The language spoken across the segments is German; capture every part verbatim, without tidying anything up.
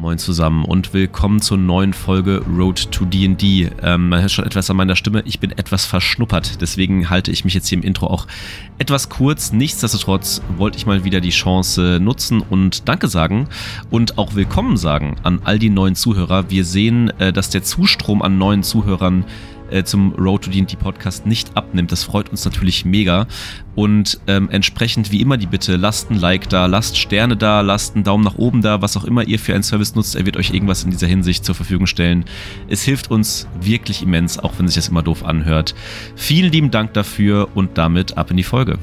Moin zusammen und willkommen zur neuen Folge Road to D and D. Ähm, man hört schon etwas an meiner Stimme, ich bin etwas verschnuppert, deswegen halte ich mich jetzt hier im Intro auch etwas kurz. Nichtsdestotrotz wollte ich mal wieder die Chance nutzen und Danke sagen und auch Willkommen sagen an all die neuen Zuhörer. Wir sehen, äh, dass der Zustrom an neuen Zuhörern zum Road to D and D Podcast nicht abnimmt. Das freut uns natürlich mega. Und ähm, entsprechend wie immer die Bitte, lasst ein Like da, lasst Sterne da, lasst einen Daumen nach oben da, was auch immer ihr für einen Service nutzt, er wird euch irgendwas in dieser Hinsicht zur Verfügung stellen. Es hilft uns wirklich immens, auch wenn sich das immer doof anhört. Vielen lieben Dank dafür und damit ab in die Folge.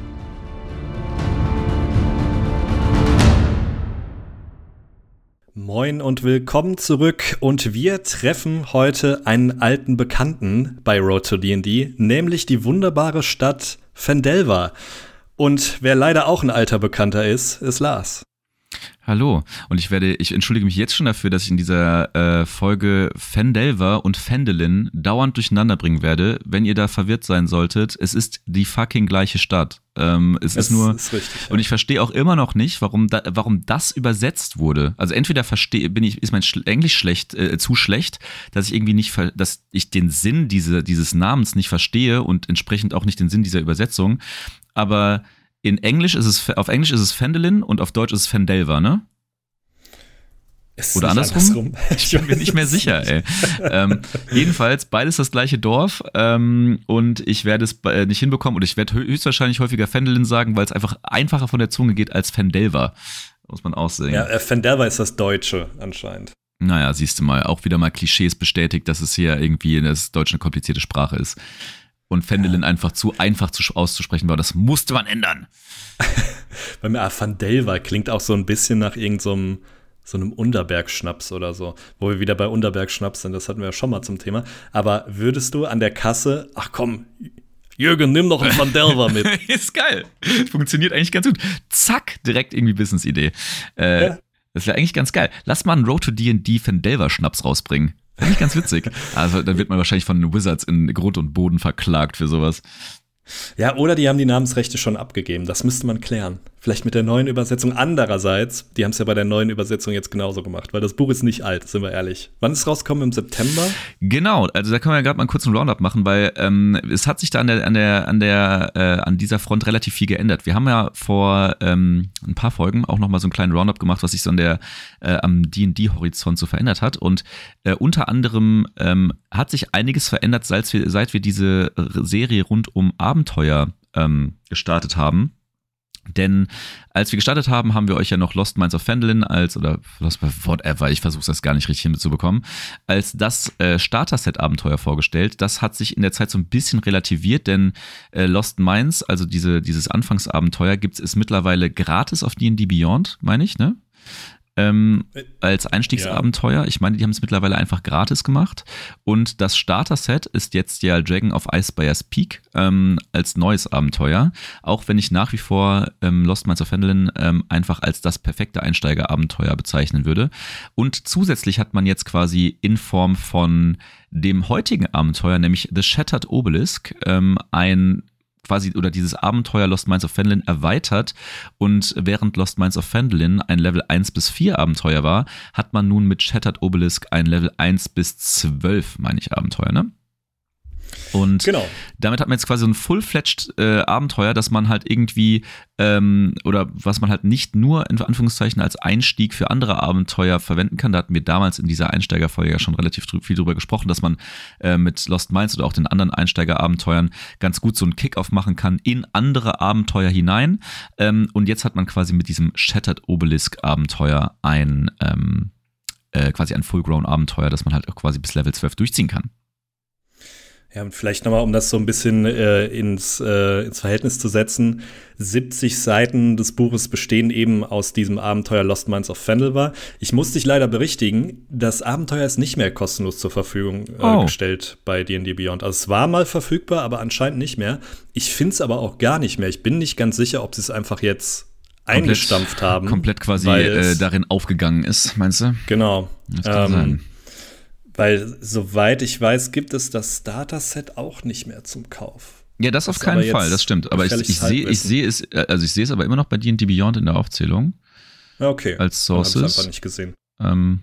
Moin und willkommen zurück und wir treffen heute einen alten Bekannten bei Road to D and D, nämlich die wunderbare Stadt Phandelver. Und wer leider auch ein alter Bekannter ist, ist Lars. Hallo, und ich werde, ich entschuldige mich jetzt schon dafür, dass ich in dieser äh, Folge Phandelver und Phandalin dauernd durcheinander bringen werde. Wenn ihr da verwirrt sein solltet, es ist die fucking gleiche Stadt. Ähm, es, es ist nur, ist richtig, ja. Und ich verstehe auch immer noch nicht, warum, da, warum das übersetzt wurde. Also entweder verstehe, bin ich, ist mein Englisch schlecht, äh, zu schlecht, dass ich irgendwie nicht, dass ich den Sinn diese, dieses Namens nicht verstehe und entsprechend auch nicht den Sinn dieser Übersetzung. Aber in Englisch ist es, auf Englisch ist es Phandalin und auf Deutsch ist es Phandelver, ne? Ist Oder andersrum? andersrum? Ich bin mir nicht mehr sicher, ey. ähm, jedenfalls, beides das gleiche Dorf ähm, und ich werde es äh, nicht hinbekommen und ich werde höchstwahrscheinlich häufiger Phandalin sagen, weil es einfach einfacher von der Zunge geht als Phandelver. Muss man auch sehen. Ja, äh, Phandelver ist das Deutsche anscheinend. Naja, siehst du mal, auch wieder mal Klischees bestätigt, dass es hier irgendwie in der Deutsch eine komplizierte Sprache ist. Und Phandalin ja. einfach zu einfach zu, auszusprechen war, das musste man ändern. Bei mir, ah, Phandelver klingt auch so ein bisschen nach irgendeinem so, so einem Unterberg-Schnaps oder so. Wo wir wieder bei Unterberg-Schnaps sind, das hatten wir ja schon mal zum Thema. Aber würdest du an der Kasse, ach komm, Jürgen, nimm noch einen Phandelver mit. Ist geil. Funktioniert eigentlich ganz gut. Zack, direkt irgendwie Business-Idee. Äh, ja. Das wäre eigentlich ganz geil. Lass mal einen Road to D and D Phandelver-Schnaps rausbringen. Finde ich ganz witzig. Also dann wird man wahrscheinlich von den Wizards in Grund und Boden verklagt für sowas. Ja, oder die haben die Namensrechte schon abgegeben. Das müsste man klären. Vielleicht mit der neuen Übersetzung. Andererseits, die haben es ja bei der neuen Übersetzung jetzt genauso gemacht, weil das Buch ist nicht alt, sind wir ehrlich. Wann ist es rausgekommen? Im September? Genau, also da können wir ja gerade mal kurz einen Roundup machen, weil ähm, es hat sich da an der, an der, an der, äh, an dieser Front relativ viel geändert. Wir haben ja vor ähm, ein paar Folgen auch nochmal so einen kleinen Roundup gemacht, was sich so an der, äh, am D and D-Horizont so verändert hat. Und äh, unter anderem ähm, hat sich einiges verändert, seit wir, seit wir diese Serie rund um Abenteuer ähm, gestartet haben. Denn als wir gestartet haben, haben wir euch ja noch Lost Mines of Phandalin als, oder whatever, ich versuche das gar nicht richtig hinzubekommen, als das äh, Starter-Set-Abenteuer vorgestellt. Das hat sich in der Zeit so ein bisschen relativiert, denn äh, Lost Mines, also diese, dieses Anfangsabenteuer, gibt es mittlerweile gratis auf D and D Beyond, meine ich, ne? Ähm, als Einstiegsabenteuer. Ich meine, die haben es mittlerweile einfach gratis gemacht. Und das Starter-Set ist jetzt ja Dragon of Icespire's Peak ähm, als neues Abenteuer. Auch wenn ich nach wie vor ähm, Lost Mines of Phandalin ähm, einfach als das perfekte Einsteigerabenteuer bezeichnen würde. Und zusätzlich hat man jetzt quasi in Form von dem heutigen Abenteuer, nämlich The Shattered Obelisk, ähm, ein quasi oder dieses Abenteuer Lost Mines of Phandalin erweitert und während Lost Mines of Phandalin ein Level eins bis vier Abenteuer war, hat man nun mit Shattered Obelisk ein Level eins bis zwölf, meine ich, Abenteuer, ne? Und genau. Damit hat man jetzt quasi so ein full-fledged äh, Abenteuer, dass man halt irgendwie ähm, oder was man halt nicht nur in Anführungszeichen als Einstieg für andere Abenteuer verwenden kann. Da hatten wir damals in dieser Einsteigerfolge ja schon relativ drü- viel drüber gesprochen, dass man äh, mit Lost Mines oder auch den anderen Einsteigerabenteuern ganz gut so einen Kick-Off machen kann in andere Abenteuer hinein. Ähm, und jetzt hat man quasi mit diesem Shattered Obelisk Abenteuer ein ähm, äh, quasi ein Full-Grown-Abenteuer, das man halt auch quasi bis Level zwölf durchziehen kann. Ja, und vielleicht nochmal, um das so ein bisschen äh, ins, äh, ins Verhältnis zu setzen. siebzig Seiten des Buches bestehen eben aus diesem Abenteuer Lost Mines of Phandelver. Ich muss dich leider berichtigen, das Abenteuer ist nicht mehr kostenlos zur Verfügung äh, oh. gestellt bei D and D Beyond. Also es war mal verfügbar, aber anscheinend nicht mehr. Ich finde es aber auch gar nicht mehr. Ich bin nicht ganz sicher, ob sie es einfach jetzt komplett, eingestampft haben. Komplett quasi äh, darin aufgegangen ist, meinst du? Genau. Das kann ähm, sein. Weil, soweit ich weiß, gibt es das Starter-Set auch nicht mehr zum Kauf. Ja, das, das auf keinen Fall, das stimmt. Aber ich, ich sehe ich seh es, also ich sehe es aber immer noch bei D and D Beyond in der Aufzählung. Ja, okay. Als Sources. Dann hab ich's einfach nicht gesehen. Ähm,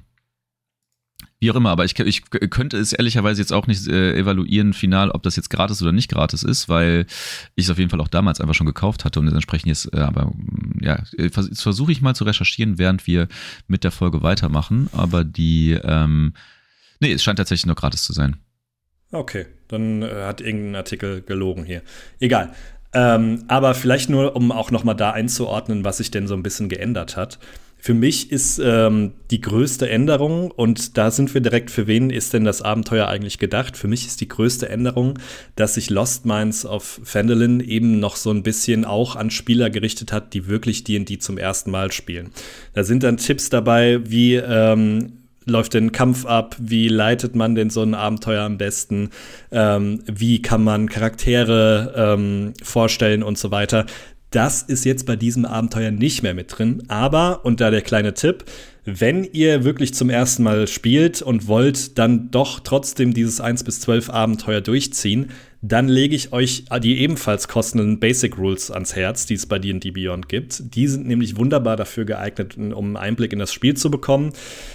wie auch immer, aber ich, ich könnte es ehrlicherweise jetzt auch nicht äh, evaluieren final, ob das jetzt gratis oder nicht gratis ist, weil ich es auf jeden Fall auch damals einfach schon gekauft hatte und entsprechend jetzt, äh, aber ja, jetzt versuche ich mal zu recherchieren, während wir mit der Folge weitermachen, aber die, ähm, nee, es scheint tatsächlich noch gratis zu sein. Okay, dann äh, hat irgendein Artikel gelogen hier. Egal. Ähm, aber vielleicht nur, um auch noch mal da einzuordnen, was sich denn so ein bisschen geändert hat. Für mich ist ähm, die größte Änderung, und da sind wir direkt, für wen ist denn das Abenteuer eigentlich gedacht? Für mich ist die größte Änderung, dass sich Lost Mines of Phandalin eben noch so ein bisschen auch an Spieler gerichtet hat, die wirklich D und D zum ersten Mal spielen. Da sind dann Tipps dabei, wie ähm, läuft denn ein Kampf ab, wie leitet man denn so ein Abenteuer am besten, ähm, wie kann man Charaktere ähm, vorstellen und so weiter. Das ist jetzt bei diesem Abenteuer nicht mehr mit drin. Aber, und da der kleine Tipp, wenn ihr wirklich zum ersten Mal spielt und wollt dann doch trotzdem dieses eins bis zwölf Abenteuer durchziehen, dann lege ich euch die ebenfalls kostenden Basic Rules ans Herz, die es bei D und D Beyond gibt. Die sind nämlich wunderbar dafür geeignet, um einen Einblick in das Spiel zu bekommen.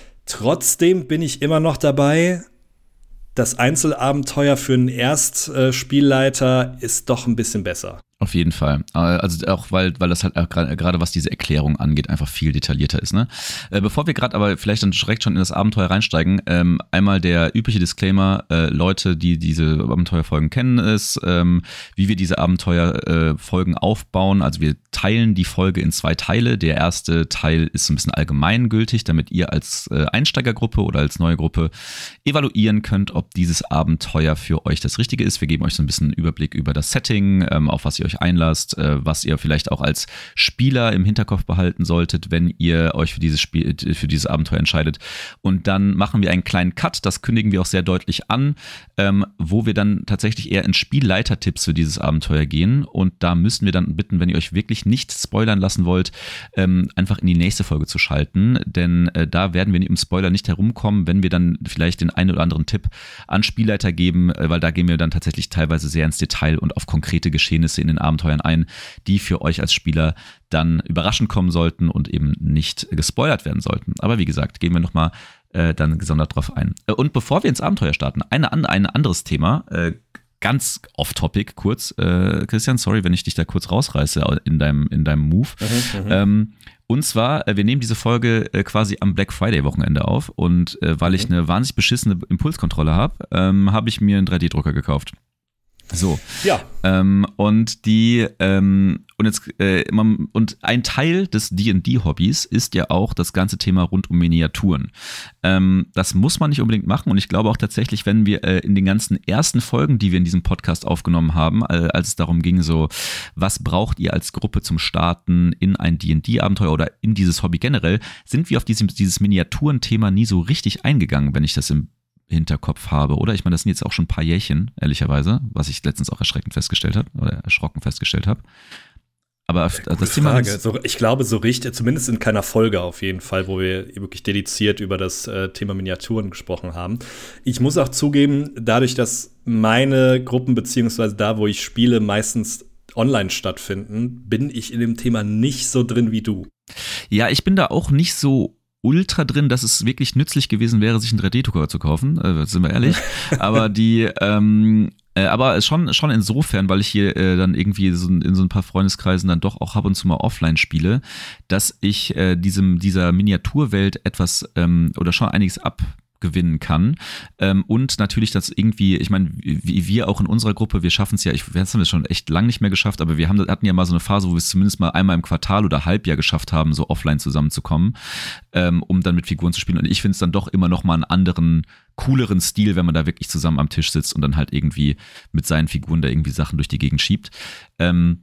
Trotzdem bin ich immer noch dabei, das Einzelabenteuer für einen Erstspielleiter ist doch ein bisschen besser. Auf jeden Fall. Also auch, weil, weil das halt gerade was diese Erklärung angeht, einfach viel detaillierter ist. Ne? Bevor wir gerade aber vielleicht dann direkt schon in das Abenteuer reinsteigen, ähm, einmal der übliche Disclaimer, äh, Leute, die diese Abenteuerfolgen kennen, ist, ähm, wie wir diese Abenteuerfolgen äh, aufbauen. Also wir teilen die Folge in zwei Teile. Der erste Teil ist so ein bisschen allgemeingültig, damit ihr als äh, Einsteigergruppe oder als neue Gruppe evaluieren könnt, ob dieses Abenteuer für euch das Richtige ist. Wir geben euch so ein bisschen Überblick über das Setting, ähm, auf was ihr euch einlasst, äh, was ihr vielleicht auch als Spieler im Hinterkopf behalten solltet, wenn ihr euch für dieses Spiel, für dieses Abenteuer entscheidet. Und dann machen wir einen kleinen Cut, das kündigen wir auch sehr deutlich an, ähm, wo wir dann tatsächlich eher in Spielleitertipps für dieses Abenteuer gehen. Und da müssen wir dann bitten, wenn ihr euch wirklich nicht spoilern lassen wollt, ähm, einfach in die nächste Folge zu schalten, denn äh, da werden wir im Spoiler nicht herumkommen, wenn wir dann vielleicht den einen oder anderen Tipp an Spielleiter geben, äh, weil da gehen wir dann tatsächlich teilweise sehr ins Detail und auf konkrete Geschehnisse in den Abenteuern ein, die für euch als Spieler dann überraschend kommen sollten und eben nicht gespoilert werden sollten. Aber wie gesagt, gehen wir nochmal äh, dann gesondert drauf ein. Und bevor wir ins Abenteuer starten, eine, ein anderes Thema, äh, ganz off-topic kurz, äh, Christian, sorry, wenn ich dich da kurz rausreiße in deinem, in deinem Move. Mhm, ähm, und zwar, wir nehmen diese Folge äh, quasi am Black Friday-Wochenende auf und äh, weil ich eine wahnsinnig beschissene Impulskontrolle habe, ähm, habe ich mir einen drei D Drucker gekauft. So. Ja. Ähm, und die, ähm, und jetzt, äh, man, und ein Teil des D und D-Hobbys ist ja auch das ganze Thema rund um Miniaturen. Ähm, das muss man nicht unbedingt machen und ich glaube auch tatsächlich, wenn wir äh, in den ganzen ersten Folgen, die wir in diesem Podcast aufgenommen haben, äh, als es darum ging, so, was braucht ihr als Gruppe zum Starten in ein D und D-Abenteuer oder in dieses Hobby generell, sind wir auf diesem, dieses Miniaturenthema nie so richtig eingegangen, wenn ich das im Hinterkopf habe, oder? Ich meine, das sind jetzt auch schon ein paar Jährchen, ehrlicherweise, was ich letztens auch erschreckend festgestellt habe, oder erschrocken festgestellt habe. Aber Gute das Thema Frage. So, ich glaube, so richtig, zumindest in keiner Folge auf jeden Fall, wo wir wirklich dediziert über das äh, Thema Miniaturen gesprochen haben. Ich muss auch zugeben, dadurch, dass meine Gruppen, beziehungsweise da, wo ich spiele, meistens online stattfinden, bin ich in dem Thema nicht so drin wie du. Ja, ich bin da auch nicht so ultra drin, dass es wirklich nützlich gewesen wäre, sich einen drei D Drucker zu kaufen, äh, sind wir ehrlich. aber die, ähm, äh, aber schon, schon insofern, weil ich hier äh, dann irgendwie so in so ein paar Freundeskreisen dann doch auch ab und zu mal offline spiele, dass ich äh, diesem, dieser Miniaturwelt etwas ähm, oder schon einiges ab gewinnen kann ähm, und natürlich das irgendwie, ich meine, wie wir auch in unserer Gruppe, wir schaffen es ja, ich, wir haben es schon echt lang nicht mehr geschafft, aber wir haben, hatten ja mal so eine Phase, wo wir es zumindest mal einmal im Quartal oder Halbjahr geschafft haben, so offline zusammenzukommen, ähm, um dann mit Figuren zu spielen und ich finde es dann doch immer noch mal einen anderen, cooleren Stil, wenn man da wirklich zusammen am Tisch sitzt und dann halt irgendwie mit seinen Figuren da irgendwie Sachen durch die Gegend schiebt. Ähm,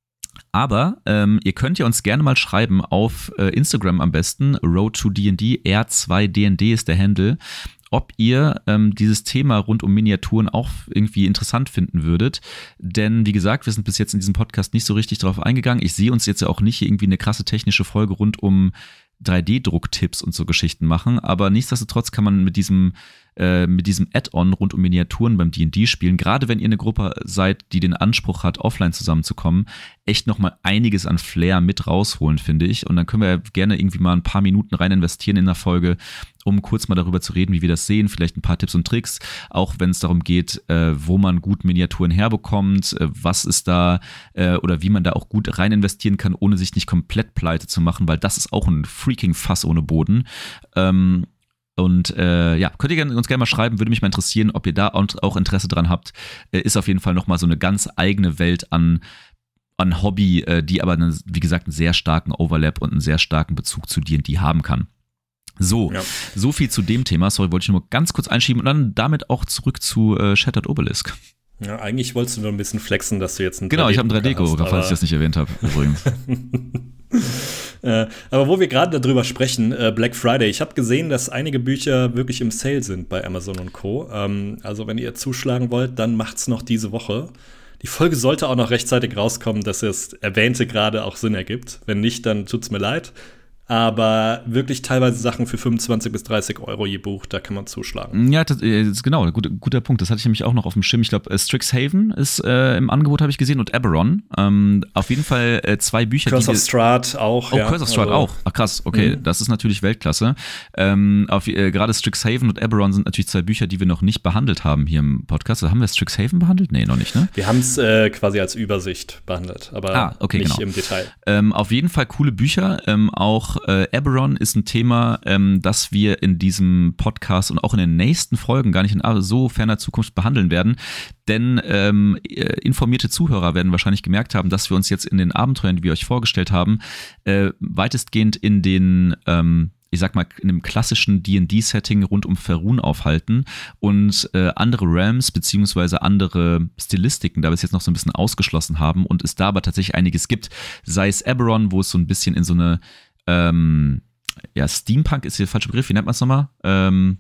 Aber ähm, ihr könnt ja uns gerne mal schreiben auf äh, Instagram am besten, Road to D und D, R zwei D und D ist der Handle, ob ihr ähm, dieses Thema rund um Miniaturen auch irgendwie interessant finden würdet. Denn wie gesagt, wir sind bis jetzt in diesem Podcast nicht so richtig drauf eingegangen. Ich sehe uns jetzt ja auch nicht irgendwie eine krasse technische Folge rund um drei D-Druck-Tipps und so Geschichten machen, aber nichtsdestotrotz kann man mit diesem äh, mit diesem Add-on rund um Miniaturen beim D und D spielen, gerade wenn ihr eine Gruppe seid, die den Anspruch hat, offline zusammenzukommen, echt nochmal einiges an Flair mit rausholen, finde ich. Und dann können wir gerne irgendwie mal ein paar Minuten rein investieren in der Folge, um kurz mal darüber zu reden, wie wir das sehen, vielleicht ein paar Tipps und Tricks, auch wenn es darum geht, äh, wo man gut Miniaturen herbekommt, äh, was ist da äh, oder wie man da auch gut rein investieren kann, ohne sich nicht komplett pleite zu machen, weil das ist auch ein freaking Fass ohne Boden. Ähm, und äh, ja, könnt ihr gerne, uns gerne mal schreiben, würde mich mal interessieren, ob ihr da auch Interesse dran habt. Äh, ist auf jeden Fall nochmal so eine ganz eigene Welt an an Hobby, äh, die aber, eine, wie gesagt, einen sehr starken Overlap und einen sehr starken Bezug zu D und D haben kann. So, ja. so viel zu dem Thema. Sorry, wollte ich nur ganz kurz einschieben und dann damit auch zurück zu äh, Shattered Obelisk. Ja, eigentlich wolltest du nur ein bisschen flexen, dass du jetzt ein Genau, ich habe einen drei D-Drucker, falls ich das nicht erwähnt habe, übrigens. äh, aber wo wir gerade darüber sprechen, äh, Black Friday, ich habe gesehen, dass einige Bücher wirklich im Sale sind bei Amazon und Co. Ähm, also wenn ihr zuschlagen wollt, dann macht's noch diese Woche. Die Folge sollte auch noch rechtzeitig rauskommen, dass das Erwähnte gerade auch Sinn ergibt. Wenn nicht, dann tut's mir leid. Aber wirklich teilweise Sachen für fünfundzwanzig bis dreißig Euro je Buch, da kann man zuschlagen. Ja, das, das ist genau, gut, guter Punkt. Das hatte ich nämlich auch noch auf dem Schirm. Ich glaube, Strixhaven ist äh, im Angebot, habe ich gesehen, und Eberron. Ähm, auf jeden Fall äh, zwei Bücher. Curse of Strahd auch. Oh, ja. Curse of Strahd also, auch. Ach krass, okay, mhm. Das ist natürlich Weltklasse. Ähm, auf, äh, gerade Strixhaven und Eberron sind natürlich zwei Bücher, die wir noch nicht behandelt haben hier im Podcast. Haben wir Strixhaven behandelt? Nee, noch nicht, ne? Wir haben es äh, quasi als Übersicht behandelt, aber ah, okay, nicht genau. im Detail. Ähm, auf jeden Fall coole Bücher, ähm, auch Äh, Eberron ist ein Thema, ähm, das wir in diesem Podcast und auch in den nächsten Folgen gar nicht in so ferner Zukunft behandeln werden, denn ähm, informierte Zuhörer werden wahrscheinlich gemerkt haben, dass wir uns jetzt in den Abenteuern, die wir euch vorgestellt haben, äh, weitestgehend in den ähm, ich sag mal, in einem klassischen D und D-Setting rund um Faerun aufhalten und äh, andere Realms beziehungsweise andere Stilistiken da bis jetzt noch so ein bisschen ausgeschlossen haben und es da aber tatsächlich einiges gibt, sei es Eberron, wo es so ein bisschen in so eine ähm, ja, Steampunk ist hier der falsche Begriff, wie nennt man es nochmal? Ähm,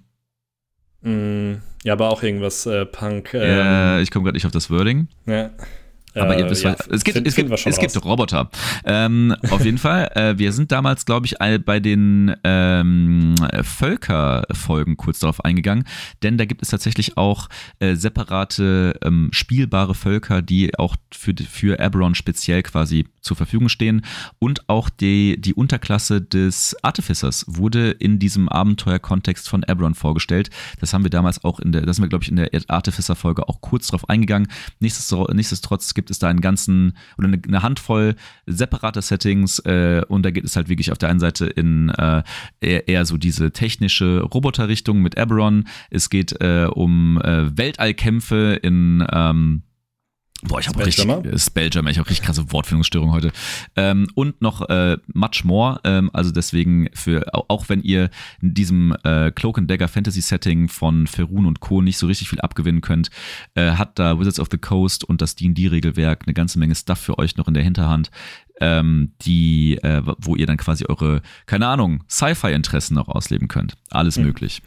mm, ja, aber auch irgendwas äh, Punk. Ähm, äh, ich komme gerade nicht auf das Wording. Ja. Aber äh, ihr wisst, ja, es gibt, find, es gibt, es gibt Roboter. Ähm, auf jeden Fall, äh, wir sind damals, glaube ich, bei den ähm, Völkerfolgen kurz darauf eingegangen, denn da gibt es tatsächlich auch äh, separate ähm, spielbare Völker, die auch für, für Eberron speziell quasi zur Verfügung stehen und auch die, die Unterklasse des Artificers wurde in diesem Abenteuerkontext von Eberron vorgestellt. Das haben wir damals auch in der, das sind wir, glaube ich, in der Artificer-Folge auch kurz drauf eingegangen. Nichtsdestotrotz, nichtsdestotrotz gibt es da einen ganzen oder eine, eine Handvoll separater Settings äh, und da geht es halt wirklich auf der einen Seite in äh, eher, eher so diese technische Roboterrichtung mit Eberron. Es geht äh, um äh, Weltallkämpfe in ähm, Boah, ich habe auch richtig Spelljammer, ich habe richtig krasse Wortfindungsstörung heute. Ähm, und noch äh, much more, ähm, also deswegen für auch wenn ihr in diesem äh, Cloak and Dagger Fantasy Setting von Faerun und Co. nicht so richtig viel abgewinnen könnt, äh, hat da Wizards of the Coast und das D und D-Regelwerk eine ganze Menge Stuff für euch noch in der Hinterhand, ähm, die, äh, wo ihr dann quasi eure, keine Ahnung, Sci-Fi-Interessen noch ausleben könnt. Alles hm. möglich.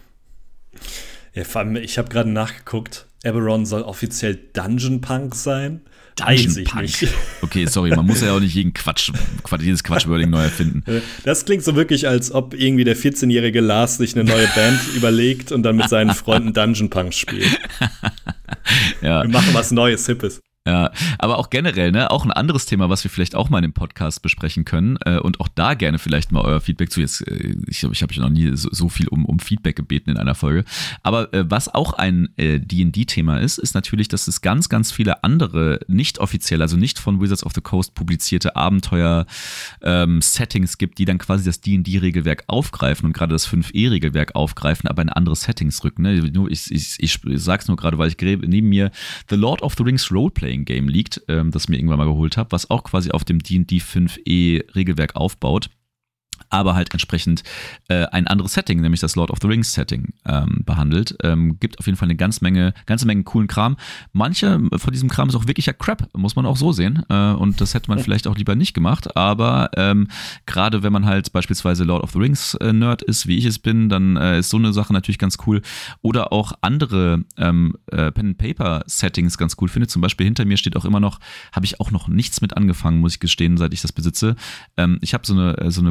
Ja, vor allem, ich habe gerade nachgeguckt, Eberron soll offiziell Dungeon Punk sein. Dungeon Punk. Nicht. Okay, sorry, man muss ja auch nicht jeden Quatsch, jedes Quatschwording neu erfinden. Das klingt so wirklich, als ob irgendwie der vierzehnjährige Lars sich eine neue Band überlegt und dann mit seinen Freunden Dungeon Punk spielt. Ja. Wir machen was Neues, Hippes. Ja, aber auch generell, ne, auch ein anderes Thema, was wir vielleicht auch mal in dem Podcast besprechen können äh, und auch da gerne vielleicht mal euer Feedback zu. Jetzt, äh, ich glaube, ich habe noch nie so, so viel um, um Feedback gebeten in einer Folge. Aber äh, was auch ein äh, D und D-Thema ist, ist natürlich, dass es ganz, ganz viele andere nicht offiziell, also nicht von Wizards of the Coast publizierte Abenteuer-Settings ähm, gibt, die dann quasi das D und D-Regelwerk aufgreifen und gerade das fünf E-Regelwerk aufgreifen, aber in andere Settings rücken. Ne? Nur, ich, ich, ich sag's nur gerade, weil ich neben mir The Lord of the Rings Roleplay Game liegt, ähm, das ich mir irgendwann mal geholt habe, was auch quasi auf dem D und D fünf E Regelwerk aufbaut, aber halt entsprechend äh, ein anderes Setting, nämlich das Lord of the Rings Setting ähm, behandelt. Ähm, gibt auf jeden Fall eine ganze Menge, ganze Menge coolen Kram. Manche von diesem Kram ist auch wirklicher Crap, muss man auch so sehen. Äh, und das hätte man vielleicht auch lieber nicht gemacht. Aber ähm, gerade wenn man halt beispielsweise Lord of the Rings äh, Nerd ist, wie ich es bin, dann äh, ist so eine Sache natürlich ganz cool. Oder auch andere ähm, äh, Pen-and-Paper-Settings ganz cool finde. Zum Beispiel hinter mir steht auch immer noch, habe ich auch noch nichts mit angefangen, muss ich gestehen, seit ich das besitze. Ähm, ich habe so eine, so eine Gruppe bei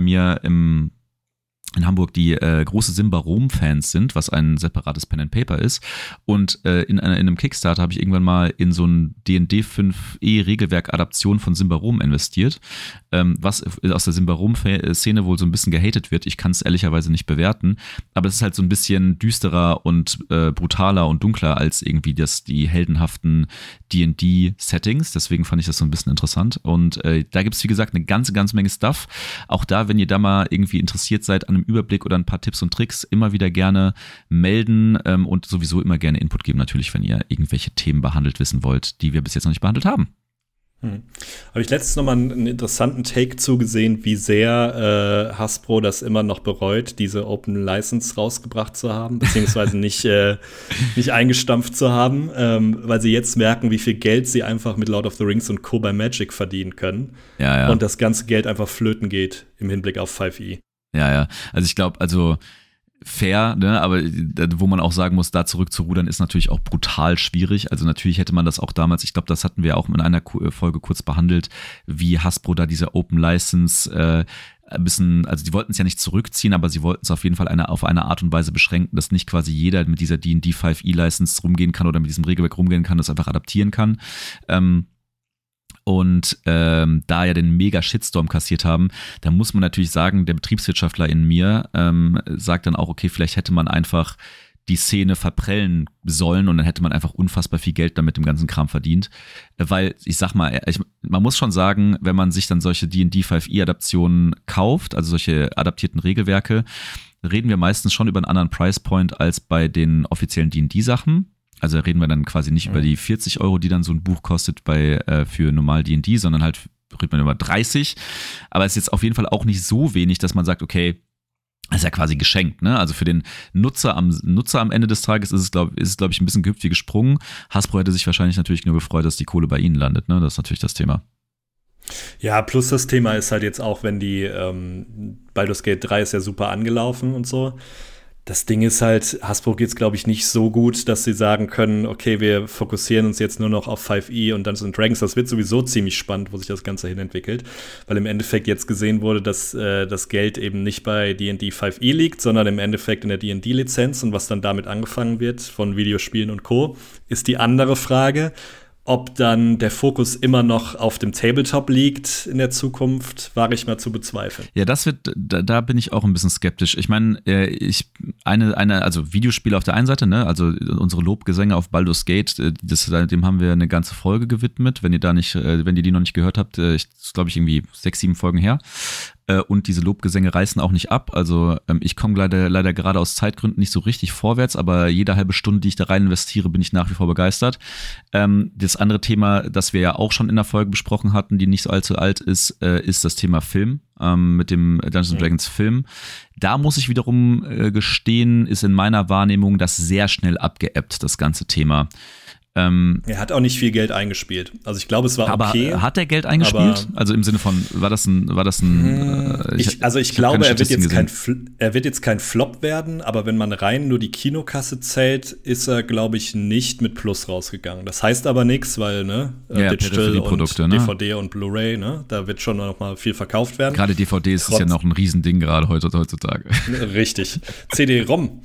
mir im in Hamburg die äh, große Simbarom-Fans sind, was ein separates Pen and Paper ist. Und äh, in, einer, in einem Kickstarter habe ich irgendwann mal in so ein D und D fünf E Regelwerk-Adaption von Simbarom investiert, ähm, was aus der Simbarom-Szene wohl so ein bisschen gehatet wird. Ich kann es ehrlicherweise nicht bewerten, aber es ist halt so ein bisschen düsterer und äh, brutaler und dunkler als irgendwie das, die heldenhaften D und D-Settings. Deswegen fand ich das so ein bisschen interessant. Und äh, da gibt es, wie gesagt, eine ganze, ganze Menge Stuff. Auch da, wenn ihr da mal irgendwie interessiert seid an einem Überblick oder ein paar Tipps und Tricks, immer wieder gerne melden ähm, und sowieso immer gerne Input geben, natürlich, wenn ihr irgendwelche Themen behandelt wissen wollt, die wir bis jetzt noch nicht behandelt haben. Hm. Habe ich letztens noch mal einen interessanten Take zugesehen, wie sehr äh, Hasbro das immer noch bereut, diese Open License rausgebracht zu haben, beziehungsweise nicht, äh, nicht eingestampft zu haben, ähm, weil sie jetzt merken, wie viel Geld sie einfach mit Lord of the Rings und Co. bei Magic verdienen können. Ja, ja. Und das ganze Geld einfach flöten geht im Hinblick auf fünf E. Ja, ja. Also ich glaube, also fair, ne, aber wo man auch sagen muss, da zurückzurudern, ist natürlich auch brutal schwierig. Also natürlich hätte man das auch damals, ich glaube, das hatten wir auch in einer Folge kurz behandelt, wie Hasbro da diese Open License äh, ein bisschen, also die wollten es ja nicht zurückziehen, aber sie wollten es auf jeden Fall eine, auf eine Art und Weise beschränken, dass nicht quasi jeder mit dieser D und D fünf E License rumgehen kann oder mit diesem Regelwerk rumgehen kann, das einfach adaptieren kann. Ähm, Und ähm, da ja den mega Shitstorm kassiert haben, da muss man natürlich sagen, der Betriebswirtschaftler in mir ähm, sagt dann auch, okay, vielleicht hätte man einfach die Szene verprellen sollen und dann hätte man einfach unfassbar viel Geld damit dem ganzen Kram verdient. Weil, ich sag mal, ich, man muss schon sagen, wenn man sich dann solche D und D fünf E Adaptionen kauft, also solche adaptierten Regelwerke, reden wir meistens schon über einen anderen Price Point als bei den offiziellen D und D Sachen. Also reden wir dann quasi nicht mhm. über die vierzig Euro, die dann so ein Buch kostet bei äh, für normal D und D, sondern halt redet man über dreißig. Aber es ist jetzt auf jeden Fall auch nicht so wenig, dass man sagt, okay, das ist ja quasi geschenkt, ne? Also für den Nutzer am Nutzer am Ende des Tages ist es, glaube ist es, glaube ich, ein bisschen gehüpft wie gesprungen. Hasbro hätte sich wahrscheinlich natürlich nur gefreut, dass die Kohle bei ihnen landet, ne? Das ist natürlich das Thema. Ja, plus das Thema ist halt jetzt auch, wenn die ähm, Baldur's Gate drei ist ja super angelaufen und so. Das Ding ist halt, Hasbro geht's, glaube ich, nicht so gut, dass sie sagen können, okay, wir fokussieren uns jetzt nur noch auf fünf E und Dungeons and Dragons. Das wird sowieso ziemlich spannend, wo sich das Ganze hin entwickelt. Weil im Endeffekt jetzt gesehen wurde, dass äh, das Geld eben nicht bei D und D fünf E liegt, sondern im Endeffekt in der D und D-Lizenz. Und was dann damit angefangen wird von Videospielen und Co., ist die andere Frage. Ob dann der Fokus immer noch auf dem Tabletop liegt in der Zukunft, wage ich mal zu bezweifeln. Ja, das wird, da, da bin ich auch ein bisschen skeptisch. Ich meine, ich eine, eine, also Videospiele auf der einen Seite, ne, also unsere Lobgesänge auf Baldur's Gate, das, dem haben wir eine ganze Folge gewidmet. Wenn ihr da nicht, wenn ihr die noch nicht gehört habt, ich glaube ich irgendwie sechs, sieben Folgen her. Und diese Lobgesänge reißen auch nicht ab. Also ich komme leider, leider gerade aus Zeitgründen nicht so richtig vorwärts, aber jede halbe Stunde, die ich da rein investiere, bin ich nach wie vor begeistert. Das andere Thema, das wir ja auch schon in der Folge besprochen hatten, die nicht so allzu alt ist, ist das Thema Film. Mit dem Dungeons and Dragons Film. Da muss ich wiederum gestehen, ist in meiner Wahrnehmung das sehr schnell abgeebbt, das ganze Thema. Ähm, er hat auch nicht viel Geld eingespielt. Also ich glaube, es war aber okay. Aber hat er Geld eingespielt? Also im Sinne von, war das ein, war das ein äh, ich, ich, Also ich, ich glaube, er wird, jetzt kein, er wird jetzt kein Flop werden, aber wenn man rein nur die Kinokasse zählt, ist er, glaube ich, nicht mit Plus rausgegangen. Das heißt aber nichts, weil, ne, ja, Digital und ne? D V D und Blu-ray, ne, da wird schon noch mal viel verkauft werden. Gerade D V Ds Trotz- ist ja noch ein Riesending gerade heutzutage. Richtig. C D-ROM.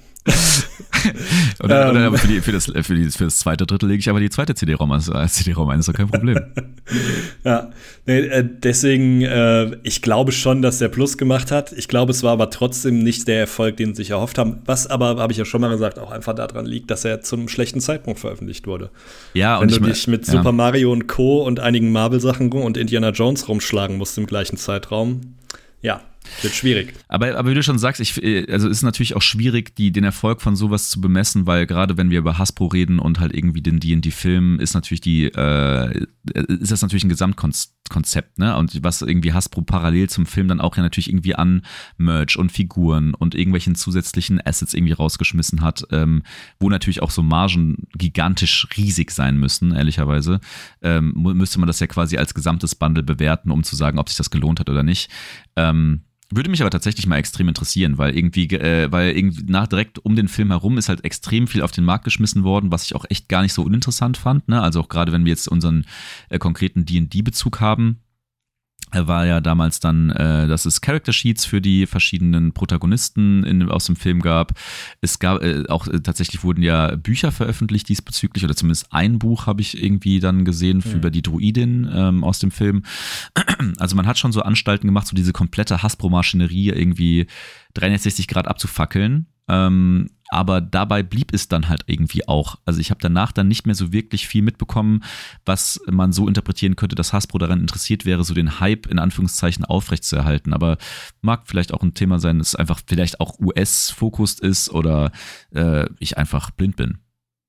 oder, oder aber für, die, für, das, für, die, für das zweite Drittel lege ich aber die zweite C D-ROM als, als C D-ROM ein, ist doch kein Problem. Ja, nee, deswegen, äh, ich glaube schon, dass der Plus gemacht hat. Ich glaube, es war aber trotzdem nicht der Erfolg, den sie sich erhofft haben. Was aber, habe ich ja schon mal gesagt, auch einfach daran liegt, dass er zu einem schlechten Zeitpunkt veröffentlicht wurde. Ja, Wenn und du ich dich mit ja. Super Mario und Co. und einigen Marvel-Sachen und Indiana Jones rumschlagen musst im gleichen Zeitraum, ja, wird schwierig. Aber, aber wie du schon sagst, ich, also es ist natürlich auch schwierig, die, den Erfolg von sowas zu bemessen, weil gerade wenn wir über Hasbro reden und halt irgendwie den D und D-Film, ist natürlich die, äh, ist das natürlich ein Gesamtkonzept, ne? Und was irgendwie Hasbro parallel zum Film dann auch ja natürlich irgendwie an Merch und Figuren und irgendwelchen zusätzlichen Assets irgendwie rausgeschmissen hat, ähm, wo natürlich auch so Margen gigantisch riesig sein müssen, ehrlicherweise, ähm, müsste man das ja quasi als gesamtes Bundle bewerten, um zu sagen, ob sich das gelohnt hat oder nicht. Ähm, Würde mich aber tatsächlich mal extrem interessieren, weil irgendwie, äh, weil irgendwie nach direkt um den Film herum ist halt extrem viel auf den Markt geschmissen worden, was ich auch echt gar nicht so uninteressant fand, ne? Also auch gerade wenn wir jetzt unseren äh, konkreten D und D-Bezug haben. war ja damals dann, äh, dass es Character Sheets für die verschiedenen Protagonisten in, aus dem Film gab. Es gab äh, auch äh, tatsächlich wurden ja Bücher veröffentlicht diesbezüglich, oder zumindest ein Buch habe ich irgendwie dann gesehen für, mhm. über die Druidin ähm, aus dem Film. Also man hat schon so Anstalten gemacht, so diese komplette Hasbro-Maschinerie irgendwie dreihundertsechzig Grad abzufackeln. Ähm, aber dabei blieb es dann halt irgendwie auch. Also ich habe danach dann nicht mehr so wirklich viel mitbekommen, was man so interpretieren könnte, dass Hasbro daran interessiert wäre, so den Hype in Anführungszeichen aufrechtzuerhalten. Aber mag vielleicht auch ein Thema sein, das einfach vielleicht auch U S-fokussiert ist oder äh, ich einfach blind bin.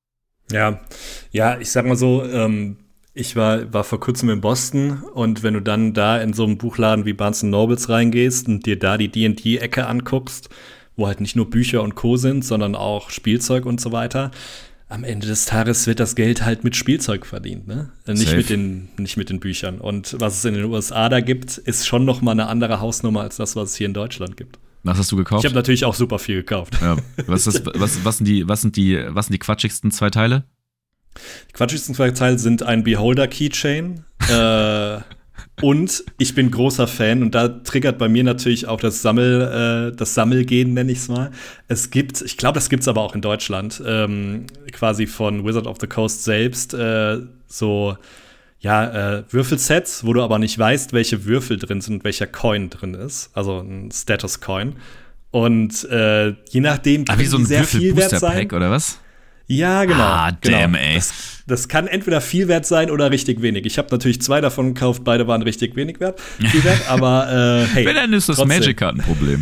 Ja, ja, ich sag mal so, ähm, ich war, war vor kurzem in Boston und wenn du dann da in so einen Buchladen wie Barnes and Nobles reingehst und dir da die D und D-Ecke anguckst, wo halt nicht nur Bücher und Co. sind, sondern auch Spielzeug und so weiter. Am Ende des Tages wird das Geld halt mit Spielzeug verdient, ne? Nicht mit den, nicht mit den Büchern. Und was es in den U S A da gibt, ist schon noch mal eine andere Hausnummer als das, was es hier in Deutschland gibt. Was hast du gekauft? Ich habe natürlich auch super viel gekauft. Ja. Was, ist das, was, was, sind die, was, sind die, was sind die quatschigsten zwei Teile? Die quatschigsten zwei Teile sind ein Beholder-Keychain, äh, und ich bin großer Fan und da triggert bei mir natürlich auch das Sammel, äh, das Sammelgehen, nenne ich es mal. Es gibt, ich glaube, das gibt es aber auch in Deutschland, ähm, quasi von Wizard of the Coast selbst, äh, so ja, äh, Würfelsets, wo du aber nicht weißt, welche Würfel drin sind und welcher Coin drin ist. Also ein Status-Coin. Und äh, je nachdem kann ah, wie so ein sehr viel wert sein. Würfel-Booster-Pack oder was? Ja, genau. Ah, damn, genau. ey. Das, das kann entweder viel wert sein oder richtig wenig. Ich habe natürlich zwei davon gekauft, beide waren richtig wenig wert, viel wert, aber äh, hey. Wenn, dann ist das Magic-Kartenproblem.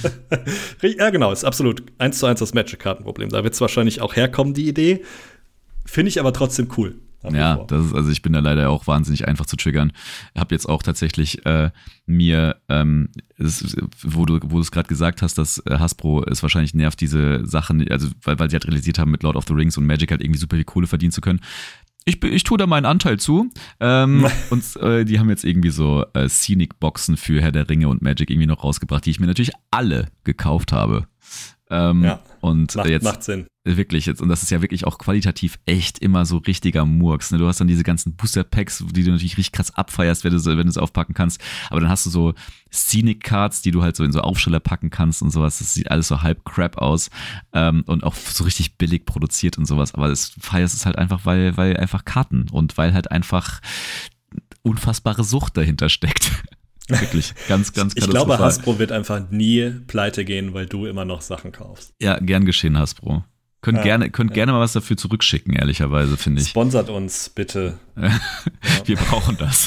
Ja, genau, ist absolut eins zu eins das Magic-Kartenproblem. Da wird es wahrscheinlich auch herkommen, die Idee. Finde ich aber trotzdem cool. Ja, das ist, also ich bin da leider auch wahnsinnig einfach zu triggern. Habe jetzt auch tatsächlich äh, mir, ähm, das, wo du wo du es gerade gesagt hast, dass äh, Hasbro es wahrscheinlich nervt, diese Sachen, also weil, weil sie halt realisiert haben, mit Lord of the Rings und Magic halt irgendwie super viel Kohle verdienen zu können. Ich, ich tue da meinen Anteil zu. Ähm, und äh, die haben jetzt irgendwie so äh, Scenic-Boxen für Herr der Ringe und Magic irgendwie noch rausgebracht, die ich mir natürlich alle gekauft habe. Ähm, ja, und macht, jetzt, macht Sinn. Wirklich jetzt, und das ist ja wirklich auch qualitativ echt immer so richtiger Murks. Ne? Du hast dann diese ganzen Booster-Packs, die du natürlich richtig krass abfeierst, wenn du wenn du es aufpacken kannst. Aber dann hast du so Scenic-Cards, die du halt so in so Aufsteller packen kannst und sowas. Das sieht alles so halb crap aus ähm, und auch so richtig billig produziert und sowas. Aber das feierst es halt einfach, weil, weil einfach Karten und weil halt einfach unfassbare Sucht dahinter steckt. Wirklich, ganz, ganz Ich glaube, Hasbro wird einfach nie pleite gehen, weil du immer noch Sachen kaufst. Ja, gern geschehen, Hasbro. Könnt, ja, gerne, könnt ja. gerne mal was dafür zurückschicken, ehrlicherweise, finde ich. Sponsert uns, bitte. Wir brauchen das.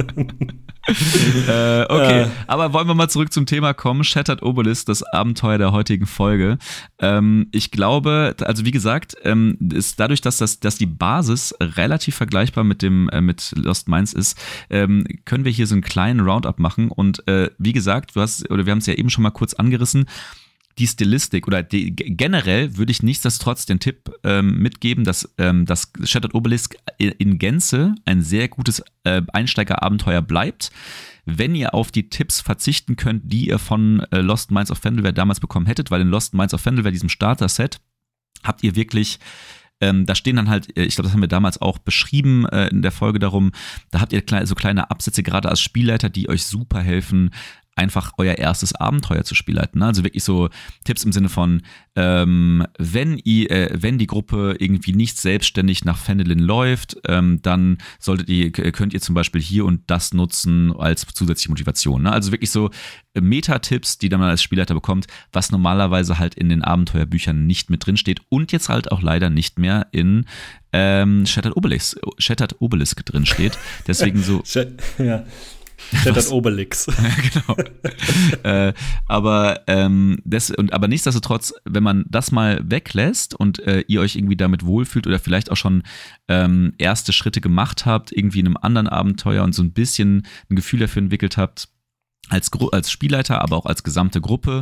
äh, okay, äh. aber wollen wir mal zurück zum Thema kommen. Shattered Obelisk, das Abenteuer der heutigen Folge. Ähm, ich glaube, also wie gesagt, ähm, ist dadurch, dass, das, dass die Basis relativ vergleichbar mit dem äh, mit Lost Mines ist, ähm, können wir hier so einen kleinen Roundup machen. Und äh, wie gesagt, du hast, oder wir haben es ja eben schon mal kurz angerissen, die Stilistik oder die, generell würde ich nichtsdestotrotz den Tipp ähm, mitgeben, dass ähm, das Shattered Obelisk in Gänze ein sehr gutes äh, Einsteigerabenteuer bleibt. Wenn ihr auf die Tipps verzichten könnt, die ihr von äh, Lost Mines of Phandelver damals bekommen hättet, weil in Lost Mines of Phandelver, diesem Starter-Set, habt ihr wirklich Ähm, da stehen dann halt, ich glaube, das haben wir damals auch beschrieben äh, in der Folge darum, da habt ihr kleine, so kleine Absätze, gerade als Spielleiter, die euch super helfen, einfach euer erstes Abenteuer zu spielleiten. Ne? Also wirklich so Tipps im Sinne von, ähm, wenn ihr, äh, wenn die Gruppe irgendwie nicht selbstständig nach Phandalin läuft, ähm, dann solltet ihr, könnt ihr zum Beispiel hier und das nutzen als zusätzliche Motivation. Ne? Also wirklich so Meta-Tipps, die dann man als Spielleiter bekommt, was normalerweise halt in den Abenteuerbüchern nicht mit drin steht und jetzt halt auch leider nicht mehr in ähm, Shattered Obelisk, Shattered Obelisk drin steht. Deswegen so. Ja. Shattered Obelix. Genau. äh, aber, ähm, das, und, aber nichtsdestotrotz, wenn man das mal weglässt und äh, ihr euch irgendwie damit wohlfühlt oder vielleicht auch schon ähm, erste Schritte gemacht habt, irgendwie in einem anderen Abenteuer und so ein bisschen ein Gefühl dafür entwickelt habt, als, als Spielleiter, aber auch als gesamte Gruppe,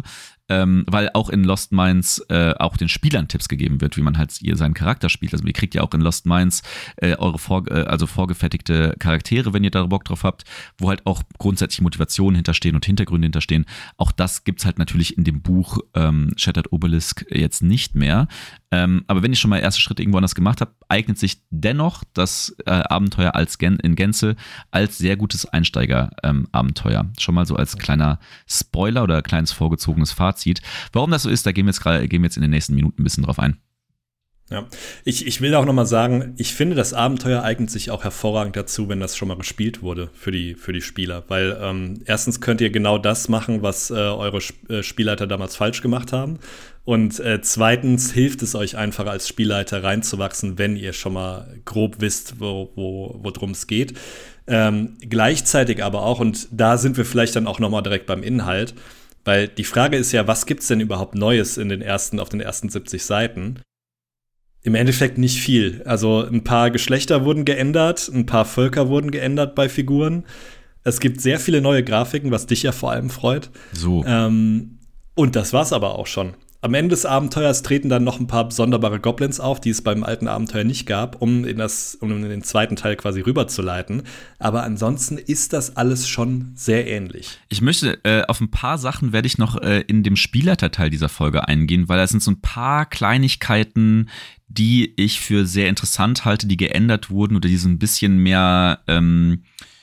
ähm, weil auch in Lost Mines äh, auch den Spielern Tipps gegeben wird, wie man halt ihr seinen Charakter spielt. Also ihr kriegt ja auch in Lost Mines äh, eure vor, äh, also vorgefertigte Charaktere, wenn ihr da Bock drauf habt, wo halt auch grundsätzlich Motivationen hinterstehen und Hintergründe hinterstehen. Auch das gibt's halt natürlich in dem Buch ähm, Shattered Obelisk jetzt nicht mehr. Ähm, aber wenn ihr schon mal erste Schritte irgendwo anders gemacht habt, eignet sich dennoch das äh, Abenteuer als Gen- in Gänze als sehr gutes Einsteiger-Abenteuer. Ähm, schon mal so als kleiner Spoiler oder kleines vorgezogenes Fazit. Warum das so ist, da gehen wir jetzt, grad, gehen wir jetzt in den nächsten Minuten ein bisschen drauf ein. Ja, ich, ich will auch noch mal sagen, ich finde, das Abenteuer eignet sich auch hervorragend dazu, wenn das schon mal gespielt wurde für die, für die Spieler. Weil ähm, erstens könnt ihr genau das machen, was äh, eure Sp- äh, Spielleiter damals falsch gemacht haben. Und äh, zweitens hilft es euch einfach als Spielleiter reinzuwachsen, wenn ihr schon mal grob wisst, wo, wo, worum es geht. Ähm, gleichzeitig aber auch, und da sind wir vielleicht dann auch noch mal direkt beim Inhalt, weil die Frage ist ja, was gibt's denn überhaupt Neues in den ersten, auf den ersten siebzig Seiten? Im Endeffekt nicht viel. Also ein paar Geschlechter wurden geändert, ein paar Völker wurden geändert bei Figuren. Es gibt sehr viele neue Grafiken, was dich ja vor allem freut. So. Ähm, und das war's aber auch schon. Am Ende des Abenteuers treten dann noch ein paar sonderbare Goblins auf, die es beim alten Abenteuer nicht gab, um in, das, um in den zweiten Teil quasi rüberzuleiten. Aber ansonsten ist das alles schon sehr ähnlich. Ich möchte, äh, auf ein paar Sachen werde ich noch äh, in dem Spielleiterteil dieser Folge eingehen, weil da sind so ein paar Kleinigkeiten, die ich für sehr interessant halte, die geändert wurden oder die so ein bisschen mehr ähm,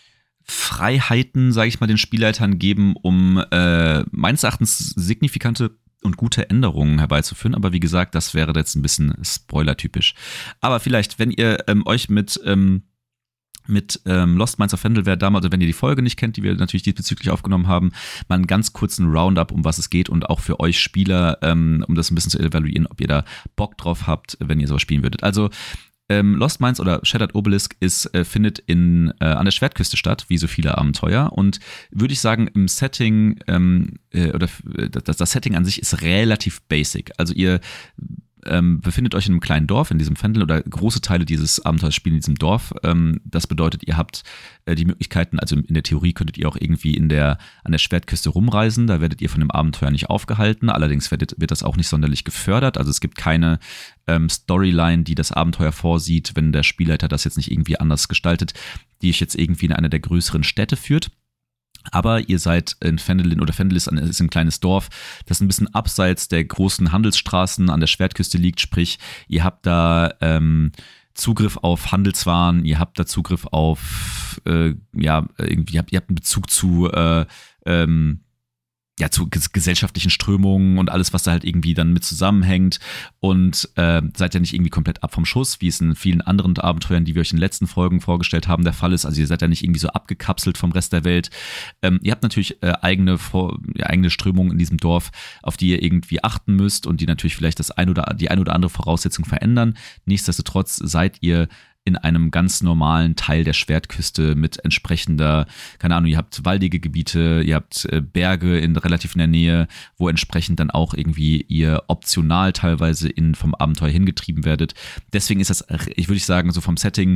Freiheiten, sage ich mal, den Spielleitern geben, um äh, meines Erachtens signifikante und gute Änderungen herbeizuführen. Aber wie gesagt, das wäre jetzt ein bisschen spoilertypisch. Aber vielleicht, wenn ihr ähm, euch mit ähm, mit ähm, Lost Mines of Phandelver damals, oder wenn ihr die Folge nicht kennt, die wir natürlich diesbezüglich aufgenommen haben, mal einen ganz kurzen Roundup, um was es geht und auch für euch Spieler, ähm, um das ein bisschen zu evaluieren, ob ihr da Bock drauf habt, wenn ihr sowas spielen würdet. Also ähm, Lost Mines oder Shattered Obelisk ist, äh, findet in, äh, an der Schwertküste statt, wie so viele Abenteuer. Und würde ich sagen, im Setting, ähm, äh, oder äh, das, das Setting an sich ist relativ basic. Also ihr Ähm, befindet euch in einem kleinen Dorf, in diesem Fendel, oder große Teile dieses Abenteuers spielen in diesem Dorf. Ähm, das bedeutet, ihr habt äh, die Möglichkeiten, also in der Theorie könntet ihr auch irgendwie in der, an der Schwertküste rumreisen, da werdet ihr von dem Abenteuer nicht aufgehalten, allerdings wird, wird das auch nicht sonderlich gefördert, also es gibt keine ähm, Storyline, die das Abenteuer vorsieht, wenn der Spielleiter das jetzt nicht irgendwie anders gestaltet, die euch jetzt irgendwie in eine der größeren Städte führt. Aber ihr seid in Phendelin, oder Phendel ist ein kleines Dorf, das ein bisschen abseits der großen Handelsstraßen an der Schwertküste liegt. Sprich, ihr habt da ähm, Zugriff auf Handelswaren, ihr habt da Zugriff auf, äh, ja, irgendwie, ihr habt, ihr habt einen Bezug zu, äh, ähm, ja, zu gesellschaftlichen Strömungen und alles, was da halt irgendwie dann mit zusammenhängt, und äh, seid ja nicht irgendwie komplett ab vom Schuss, wie es in vielen anderen Abenteuern, die wir euch in den letzten Folgen vorgestellt haben, der Fall ist. Also ihr seid ja nicht irgendwie so abgekapselt vom Rest der Welt. Ähm, ihr habt natürlich äh, eigene, Vor- ja, eigene Strömungen in diesem Dorf, auf die ihr irgendwie achten müsst und die natürlich vielleicht das ein oder die ein oder andere Voraussetzung verändern. Nichtsdestotrotz seid ihr in einem ganz normalen Teil der Schwertküste mit entsprechender, keine Ahnung, ihr habt waldige Gebiete, ihr habt äh, Berge in relativ in der Nähe, wo entsprechend dann auch irgendwie ihr optional teilweise in vom Abenteuer hingetrieben werdet. Deswegen ist das, ich würde sagen, so vom Setting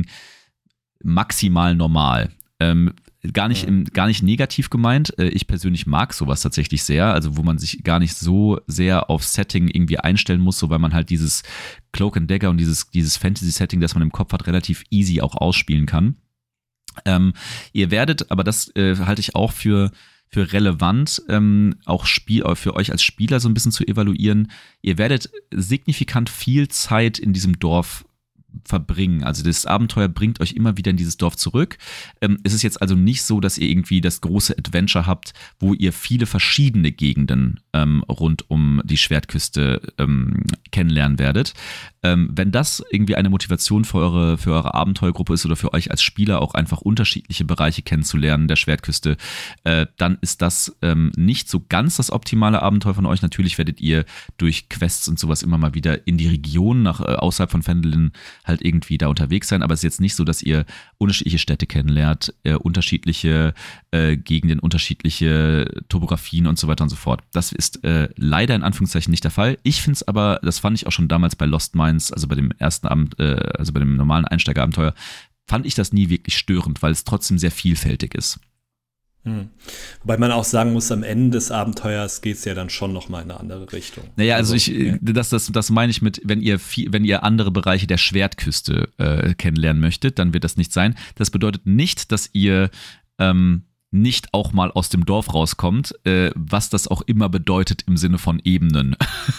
maximal normal. Ähm, gar nicht, im, gar nicht negativ gemeint. Ich persönlich mag sowas tatsächlich sehr, also wo man sich gar nicht so sehr auf Setting irgendwie einstellen muss, so weil man halt dieses Cloak and Dagger und dieses, dieses Fantasy-Setting, das man im Kopf hat, relativ easy auch ausspielen kann. Ähm, ihr werdet, aber das äh, halte ich auch für für relevant, ähm, auch Spiel, für euch als Spieler so ein bisschen zu evaluieren. Ihr werdet signifikant viel Zeit in diesem Dorf verbringen. Also das Abenteuer bringt euch immer wieder in dieses Dorf zurück. Ähm, es ist jetzt also nicht so, dass ihr irgendwie das große Adventure habt, wo ihr viele verschiedene Gegenden ähm, rund um die Schwertküste ähm, kennenlernen werdet. Ähm, wenn das irgendwie eine Motivation für eure, für eure Abenteuergruppe ist oder für euch als Spieler auch einfach unterschiedliche Bereiche kennenzulernen der Schwertküste, äh, dann ist das ähm, nicht so ganz das optimale Abenteuer von euch. Natürlich werdet ihr durch Quests und sowas immer mal wieder in die Region nach äh, außerhalb von Phendelin halt irgendwie da unterwegs sein, aber es ist jetzt nicht so, dass ihr unterschiedliche Städte kennenlernt, äh, unterschiedliche äh, Gegenden, unterschiedliche Topografien und so weiter und so fort. Das ist äh, leider in Anführungszeichen nicht der Fall. Ich finde es aber, das fand ich auch schon damals bei Lost Mines, also bei dem ersten Abend, äh, also bei dem normalen Einsteigerabenteuer, fand ich das nie wirklich störend, weil es trotzdem sehr vielfältig ist. Hm. Wobei man auch sagen muss, am Ende des Abenteuers geht es ja dann schon nochmal in eine andere Richtung. Naja, also, also ich, ja. das, das, das meine ich mit, wenn ihr, viel, wenn ihr andere Bereiche der Schwertküste äh, kennenlernen möchtet, dann wird das nicht sein. Das bedeutet nicht, dass ihr ähm, nicht auch mal aus dem Dorf rauskommt, äh, was das auch immer bedeutet im Sinne von Ebenen.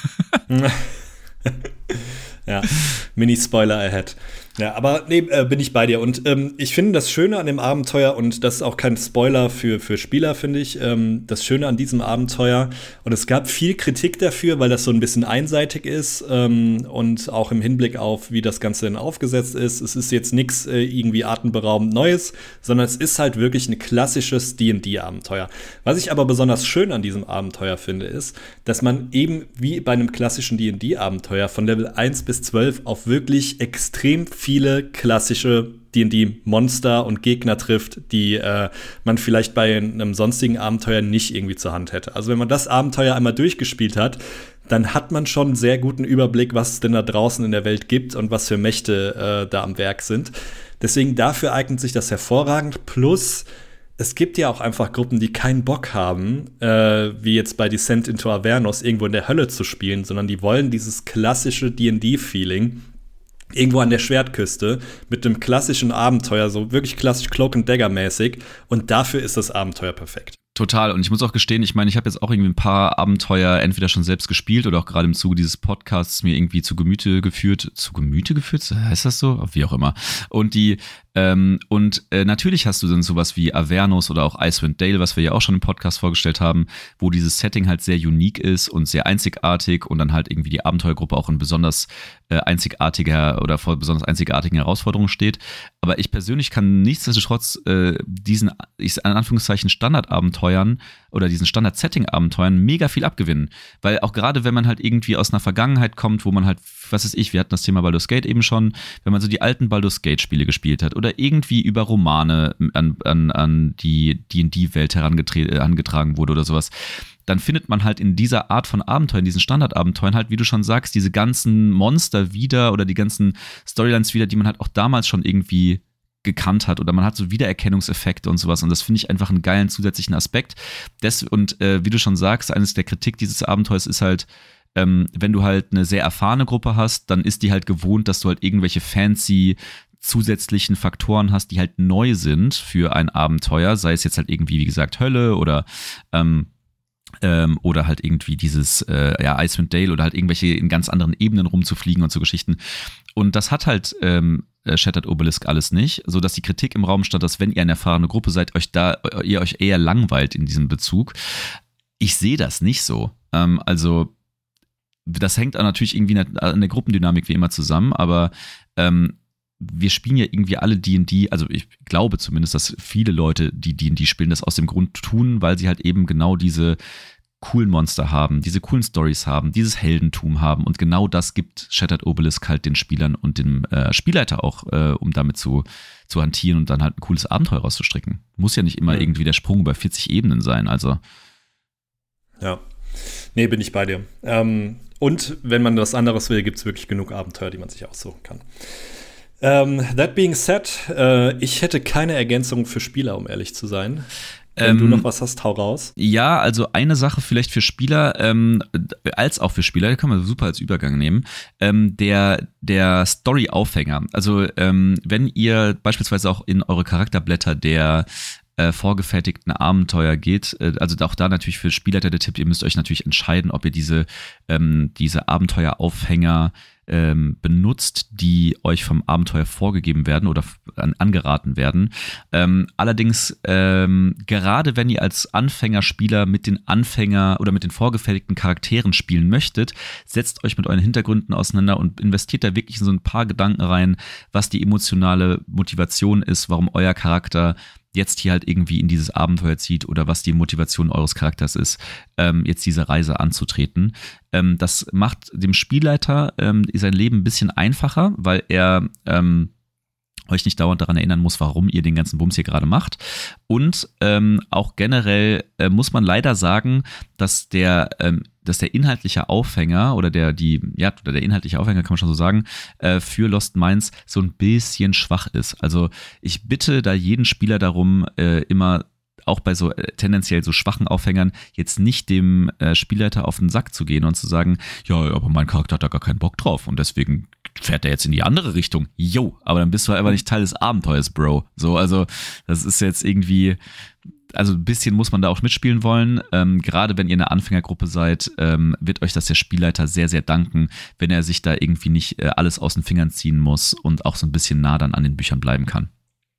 Ja, Mini-Spoiler ahead. Ja, aber nee, äh, bin ich bei dir. Und ähm, ich finde das Schöne an dem Abenteuer, und das ist auch kein Spoiler für, für Spieler, finde ich, ähm, das Schöne an diesem Abenteuer, und es gab viel Kritik dafür, weil das so ein bisschen einseitig ist ähm, und auch im Hinblick auf, wie das Ganze denn aufgesetzt ist. Es ist jetzt nichts äh, irgendwie atemberaubend Neues, sondern es ist halt wirklich ein klassisches D und D-Abenteuer. Was ich aber besonders schön an diesem Abenteuer finde, ist, dass man eben wie bei einem klassischen D und D-Abenteuer von Level eins bis zwölf auf wirklich extrem viel viele klassische D und D-Monster und Gegner trifft, die äh, man vielleicht bei einem sonstigen Abenteuer nicht irgendwie zur Hand hätte. Also wenn man das Abenteuer einmal durchgespielt hat, dann hat man schon einen sehr guten Überblick, was es denn da draußen in der Welt gibt und was für Mächte äh, da am Werk sind. Deswegen dafür eignet sich das hervorragend. Plus, es gibt ja auch einfach Gruppen, die keinen Bock haben, äh, wie jetzt bei Descent into Avernus, irgendwo in der Hölle zu spielen, sondern die wollen dieses klassische D und D-Feeling irgendwo an der Schwertküste mit einem klassischen Abenteuer, so wirklich klassisch Cloak and Dagger mäßig, und dafür ist das Abenteuer perfekt. Total. Und ich muss auch gestehen, ich meine, ich habe jetzt auch irgendwie ein paar Abenteuer entweder schon selbst gespielt oder auch gerade im Zuge dieses Podcasts mir irgendwie zu Gemüte geführt. Zu Gemüte geführt? Heißt das so? Wie auch immer. Und die ähm, und äh, natürlich hast du dann sowas wie Avernus oder auch Icewind Dale, was wir ja auch schon im Podcast vorgestellt haben, wo dieses Setting halt sehr unique ist und sehr einzigartig und dann halt irgendwie die Abenteuergruppe auch in besonders äh, einzigartiger oder vor besonders einzigartigen Herausforderungen steht. Aber ich persönlich kann nichtsdestotrotz äh, diesen, ich in Anführungszeichen, Standardabenteuern oder diesen Standard-Setting-Abenteuern mega viel abgewinnen. Weil auch gerade, wenn man halt irgendwie aus einer Vergangenheit kommt, wo man halt, was weiß ich, wir hatten das Thema Baldur's Gate eben schon, wenn man so die alten Baldur's Gate-Spiele gespielt hat oder irgendwie über Romane an, an, an die D und D-Welt herangetragen wurde oder sowas, dann findet man halt in dieser Art von Abenteuern, diesen Standardabenteuern halt, wie du schon sagst, diese ganzen Monster wieder oder die ganzen Storylines wieder, die man halt auch damals schon irgendwie gekannt hat, oder man hat so Wiedererkennungseffekte und sowas, und das finde ich einfach einen geilen zusätzlichen Aspekt. Des, und äh, wie du schon sagst, eines der Kritik dieses Abenteuers ist halt, ähm, wenn du halt eine sehr erfahrene Gruppe hast, dann ist die halt gewohnt, dass du halt irgendwelche fancy zusätzlichen Faktoren hast, die halt neu sind für ein Abenteuer, sei es jetzt halt irgendwie, wie gesagt, Hölle oder ähm, Ähm, oder halt irgendwie dieses äh, ja, Icewind Dale oder halt irgendwelche in ganz anderen Ebenen rumzufliegen und so Geschichten. Und das hat halt ähm, Shattered Obelisk alles nicht, sodass die Kritik im Raum stand, dass wenn ihr eine erfahrene Gruppe seid, euch da ihr euch eher langweilt in diesem Bezug. Ich sehe das nicht so. Ähm, also das hängt auch natürlich irgendwie an der Gruppendynamik wie immer zusammen, aber ähm, wir spielen ja irgendwie alle D und D, also ich glaube zumindest, dass viele Leute, die D und D spielen, das aus dem Grund tun, weil sie halt eben genau diese coolen Monster haben, diese coolen Stories haben, dieses Heldentum haben, und genau das gibt Shattered Obelisk halt den Spielern und dem äh, Spielleiter auch, äh, um damit zu, zu hantieren und dann halt ein cooles Abenteuer rauszustricken. Muss ja nicht immer mhm. irgendwie der Sprung über vierzig Ebenen sein, also. Ja, nee, bin ich bei dir. Ähm, und wenn man was anderes will, gibt es wirklich genug Abenteuer, die man sich aussuchen kann. Um, that being said, äh, ich hätte keine Ergänzung für Spieler, um ehrlich zu sein. Wenn ähm, du noch was hast, hau raus. Ja, also eine Sache vielleicht für Spieler, ähm, als auch für Spieler, die kann man super als Übergang nehmen, ähm, der, der Story-Aufhänger. Also ähm, wenn ihr beispielsweise auch in eure Charakterblätter der äh, vorgefertigten Abenteuer geht, äh, also auch da natürlich für Spielleiter der Tipp, ihr müsst euch natürlich entscheiden, ob ihr diese, ähm, diese Abenteueraufhänger Ähm, benutzt, die euch vom Abenteuer vorgegeben werden oder an, angeraten werden. Ähm, allerdings, ähm, gerade wenn ihr als Anfängerspieler mit den Anfänger oder mit den vorgefertigten Charakteren spielen möchtet, setzt euch mit euren Hintergründen auseinander und investiert da wirklich in so ein paar Gedanken rein, was die emotionale Motivation ist, warum euer Charakter jetzt hier halt irgendwie in dieses Abenteuer zieht oder was die Motivation eures Charakters ist, ähm, jetzt diese Reise anzutreten. Ähm, das macht dem Spielleiter ähm, sein Leben ein bisschen einfacher, weil er ähm, euch nicht dauernd daran erinnern muss, warum ihr den ganzen Bums hier gerade macht. Und ähm, auch generell äh, muss man leider sagen, dass der ähm, dass der inhaltliche Aufhänger oder der die ja oder der inhaltliche Aufhänger, kann man schon so sagen, äh, für Lost Mines so ein bisschen schwach ist. Also ich bitte da jeden Spieler darum, äh, immer auch bei so äh, tendenziell so schwachen Aufhängern jetzt nicht dem äh, Spielleiter auf den Sack zu gehen und zu sagen, ja, aber mein Charakter hat da gar keinen Bock drauf und deswegen fährt er jetzt in die andere Richtung. Jo, aber dann bist du einfach nicht Teil des Abenteuers, Bro. So, also das ist jetzt irgendwie, also ein bisschen muss man da auch mitspielen wollen. Ähm, gerade wenn ihr eine Anfängergruppe seid, ähm, wird euch das der Spielleiter sehr, sehr danken, wenn er sich da irgendwie nicht äh, alles aus den Fingern ziehen muss und auch so ein bisschen nah dann an den Büchern bleiben kann.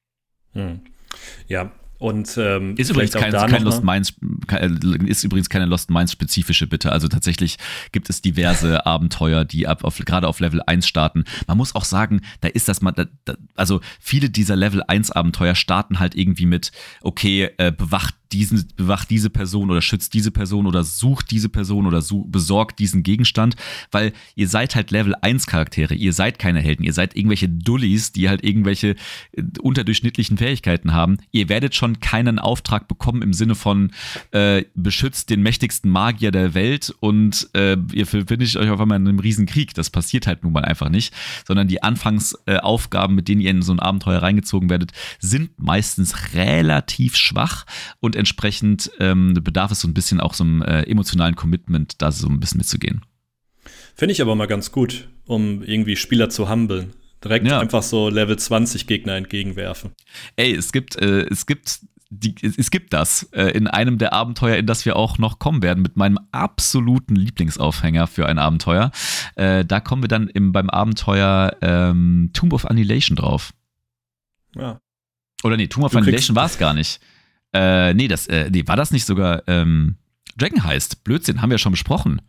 Hm. Ja, und ähm, ist übrigens kein, kein Lost Minds, ist übrigens keine Lost Minds spezifische Bitte. Also tatsächlich gibt es diverse Abenteuer, die ab auf, gerade auf Level eins starten. Man muss auch sagen, da ist das mal, da, da, also viele dieser Level eins Abenteuer starten halt irgendwie mit, okay, äh, bewacht diesen, bewacht diese Person oder schützt diese Person oder sucht diese Person oder such, besorgt diesen Gegenstand, weil ihr seid halt Level eins Charaktere, ihr seid keine Helden, ihr seid irgendwelche Dullis, die halt irgendwelche äh, unterdurchschnittlichen Fähigkeiten haben. Ihr werdet schon keinen Auftrag bekommen im Sinne von äh, beschützt den mächtigsten Magier der Welt und äh, ihr verbindet euch auf einmal in einem riesen Krieg. Das passiert halt nun mal einfach nicht, sondern die Anfangsaufgaben, äh, mit denen ihr in so ein Abenteuer reingezogen werdet, sind meistens relativ schwach und entsprechend ähm, bedarf es so ein bisschen auch so einem äh, emotionalen Commitment, da so ein bisschen mitzugehen. Finde ich aber mal ganz gut, um irgendwie Spieler zu humbeln. Direkt ja. Einfach so Level zwanzig Gegner entgegenwerfen. Ey, es gibt, äh, es gibt, die, es gibt das äh, in einem der Abenteuer, in das wir auch noch kommen werden, mit meinem absoluten Lieblingsaufhänger für ein Abenteuer. Äh, da kommen wir dann im, beim Abenteuer ähm, Tomb of Annihilation drauf. Ja. Oder nee, Tomb of Annihilation war es gar nicht. Äh, nee, das, äh, nee, war das nicht sogar ähm, Dragon Heist? Blödsinn, haben wir ja schon besprochen.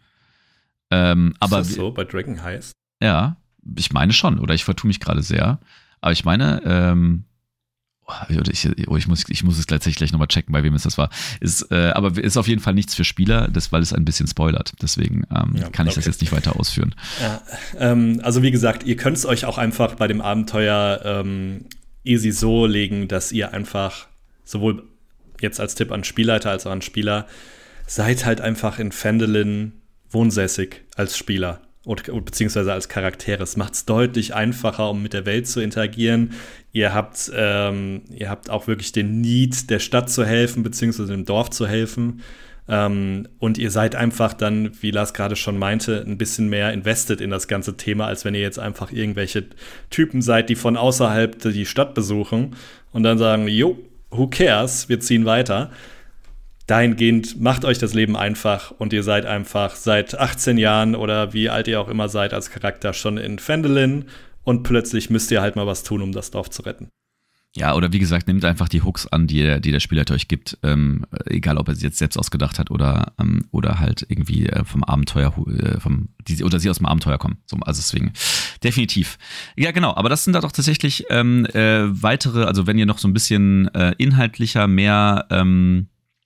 Ähm, aber ist das so, bei Dragon Heist? Ja, ich meine schon, oder ich vertue mich gerade sehr. Aber ich meine, ähm, ich, ich, muss, ich muss es tatsächlich gleich nochmal checken, bei wem es das war. Ist, äh, aber ist auf jeden Fall nichts für Spieler, das, weil es ein bisschen spoilert. Deswegen ähm, ja, kann ich okay. das jetzt nicht weiter ausführen. Ja, ähm, also wie gesagt, ihr könnt es euch auch einfach bei dem Abenteuer ähm, easy so legen, dass ihr einfach sowohl jetzt als Tipp an Spielleiter als auch an Spieler, seid halt einfach in Phandalin wohnsässig als Spieler oder, beziehungsweise als Charaktere. Es macht es deutlich einfacher, um mit der Welt zu interagieren. Ihr habt, ähm, ihr habt auch wirklich den Need, der Stadt zu helfen, beziehungsweise dem Dorf zu helfen. Ähm, und ihr seid einfach dann, wie Lars gerade schon meinte, ein bisschen mehr invested in das ganze Thema, als wenn ihr jetzt einfach irgendwelche Typen seid, die von außerhalb die Stadt besuchen und dann sagen, jo, who cares, wir ziehen weiter. Dahingehend macht euch das Leben einfach und ihr seid einfach seit achtzehn Jahren oder wie alt ihr auch immer seid als Charakter schon in Phandalin und plötzlich müsst ihr halt mal was tun, um das Dorf zu retten. Ja, oder wie gesagt, nehmt einfach die Hooks an, die der, die der Spielleiter euch gibt. Ähm, egal, ob er sie jetzt selbst ausgedacht hat oder, ähm, oder halt irgendwie äh, vom Abenteuer, äh, vom, die, oder sie aus dem Abenteuer kommen. So, also deswegen, definitiv. Ja, genau, aber das sind da doch tatsächlich ähm, äh, weitere, also wenn ihr noch so ein bisschen äh, inhaltlicher mehr ähm,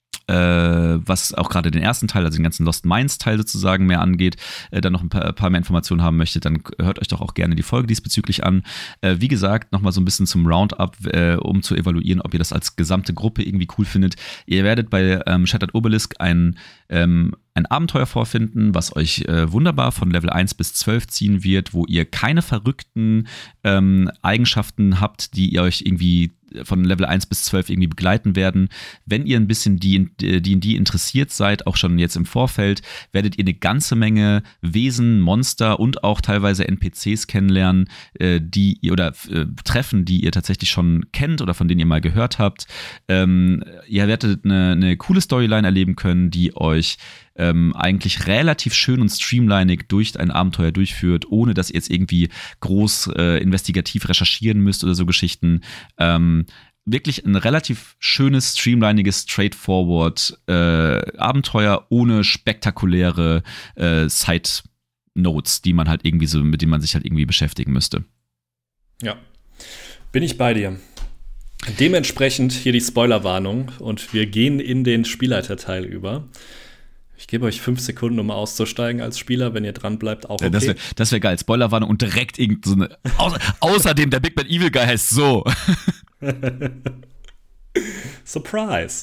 Äh, was auch gerade den ersten Teil, also den ganzen Lost Minds Teil sozusagen mehr angeht, äh, dann noch ein paar, ein paar mehr Informationen haben möchtet, dann hört euch doch auch gerne die Folge diesbezüglich an. Äh, wie gesagt, nochmal so ein bisschen zum Roundup, äh, um zu evaluieren, ob ihr das als gesamte Gruppe irgendwie cool findet. Ihr werdet bei ähm, Shattered Obelisk ein ähm, ein Abenteuer vorfinden, was euch äh, wunderbar von Level eins bis zwölf ziehen wird, wo ihr keine verrückten ähm, Eigenschaften habt, die ihr euch irgendwie von Level eins bis zwölf irgendwie begleiten werden. Wenn ihr ein bisschen D und D interessiert seid, auch schon jetzt im Vorfeld, werdet ihr eine ganze Menge Wesen, Monster und auch teilweise N P Cs kennenlernen, äh, die ihr oder äh, treffen, die ihr tatsächlich schon kennt oder von denen ihr mal gehört habt. Ähm, ihr werdet eine, eine coole Storyline erleben können, die euch Ähm, eigentlich relativ schön und streamlinig durch ein Abenteuer durchführt, ohne dass ihr jetzt irgendwie groß äh, investigativ recherchieren müsst oder so Geschichten. Ähm, wirklich ein relativ schönes, streamliniges, straightforward äh, Abenteuer ohne spektakuläre äh, Side-Notes, die man halt irgendwie so, mit denen man sich halt irgendwie beschäftigen müsste. Ja, bin ich bei dir. Dementsprechend hier die Spoilerwarnung und wir gehen in den Spielleiterteil über. Ich gebe euch fünf Sekunden, um auszusteigen als Spieler, wenn ihr dran bleibt, auch okay. Das wäre das wär geil, Spoilerwarnung und direkt irgend so eine, au- außerdem, der Big Bad Evil Guy heißt so. Surprise.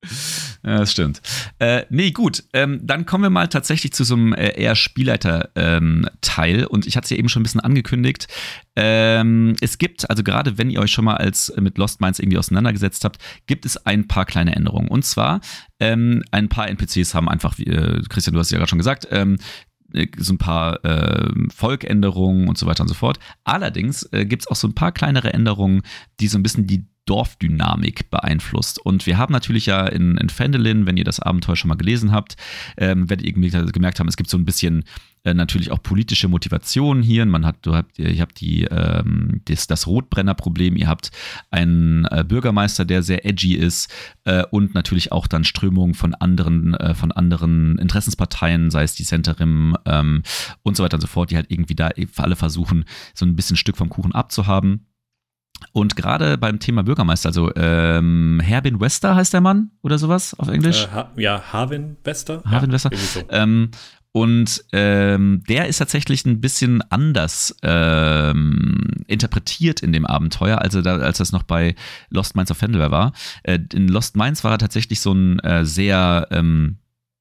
Ja, das stimmt. Äh, nee, gut. Ähm, dann kommen wir mal tatsächlich zu so einem äh, eher Spielleiter-Teil. Ähm, und ich hatte es ja eben schon ein bisschen angekündigt. Ähm, es gibt, also gerade wenn ihr euch schon mal als mit Lost Minds irgendwie auseinandergesetzt habt, gibt es ein paar kleine Änderungen. Und zwar, ähm, ein paar N P Cs haben einfach, wie, äh, Christian, du hast es ja gerade schon gesagt, ähm, so ein paar äh, Volkänderungen und so weiter und so fort. Allerdings äh, gibt es auch so ein paar kleinere Änderungen, die so ein bisschen die Dorfdynamik beeinflusst. Und wir haben natürlich ja in, in Phandalin, wenn ihr das Abenteuer schon mal gelesen habt, ähm, werdet ihr gemerkt haben, es gibt so ein bisschen äh, natürlich auch politische Motivationen hier. Man hat, du habt, ihr habt die, ähm, das, das Rotbrenner-Problem, ihr habt einen äh, Bürgermeister, der sehr edgy ist äh, und natürlich auch dann Strömungen von anderen, äh, von anderen Interessensparteien, sei es die Centerim ähm, und so weiter und so fort, die halt irgendwie da alle versuchen, so ein bisschen Stück vom Kuchen abzuhaben. Und gerade beim Thema Bürgermeister, also ähm, Herbin Wester heißt der Mann oder sowas auf Englisch? Äh, ha- ja, Harvin Wester. Harvin ja, Wester. So. Ähm, und ähm, der ist tatsächlich ein bisschen anders ähm, interpretiert in dem Abenteuer, also da, als das noch bei Lost Minds of Phandelver war. Äh, in Lost Minds war er tatsächlich so ein äh, sehr ähm,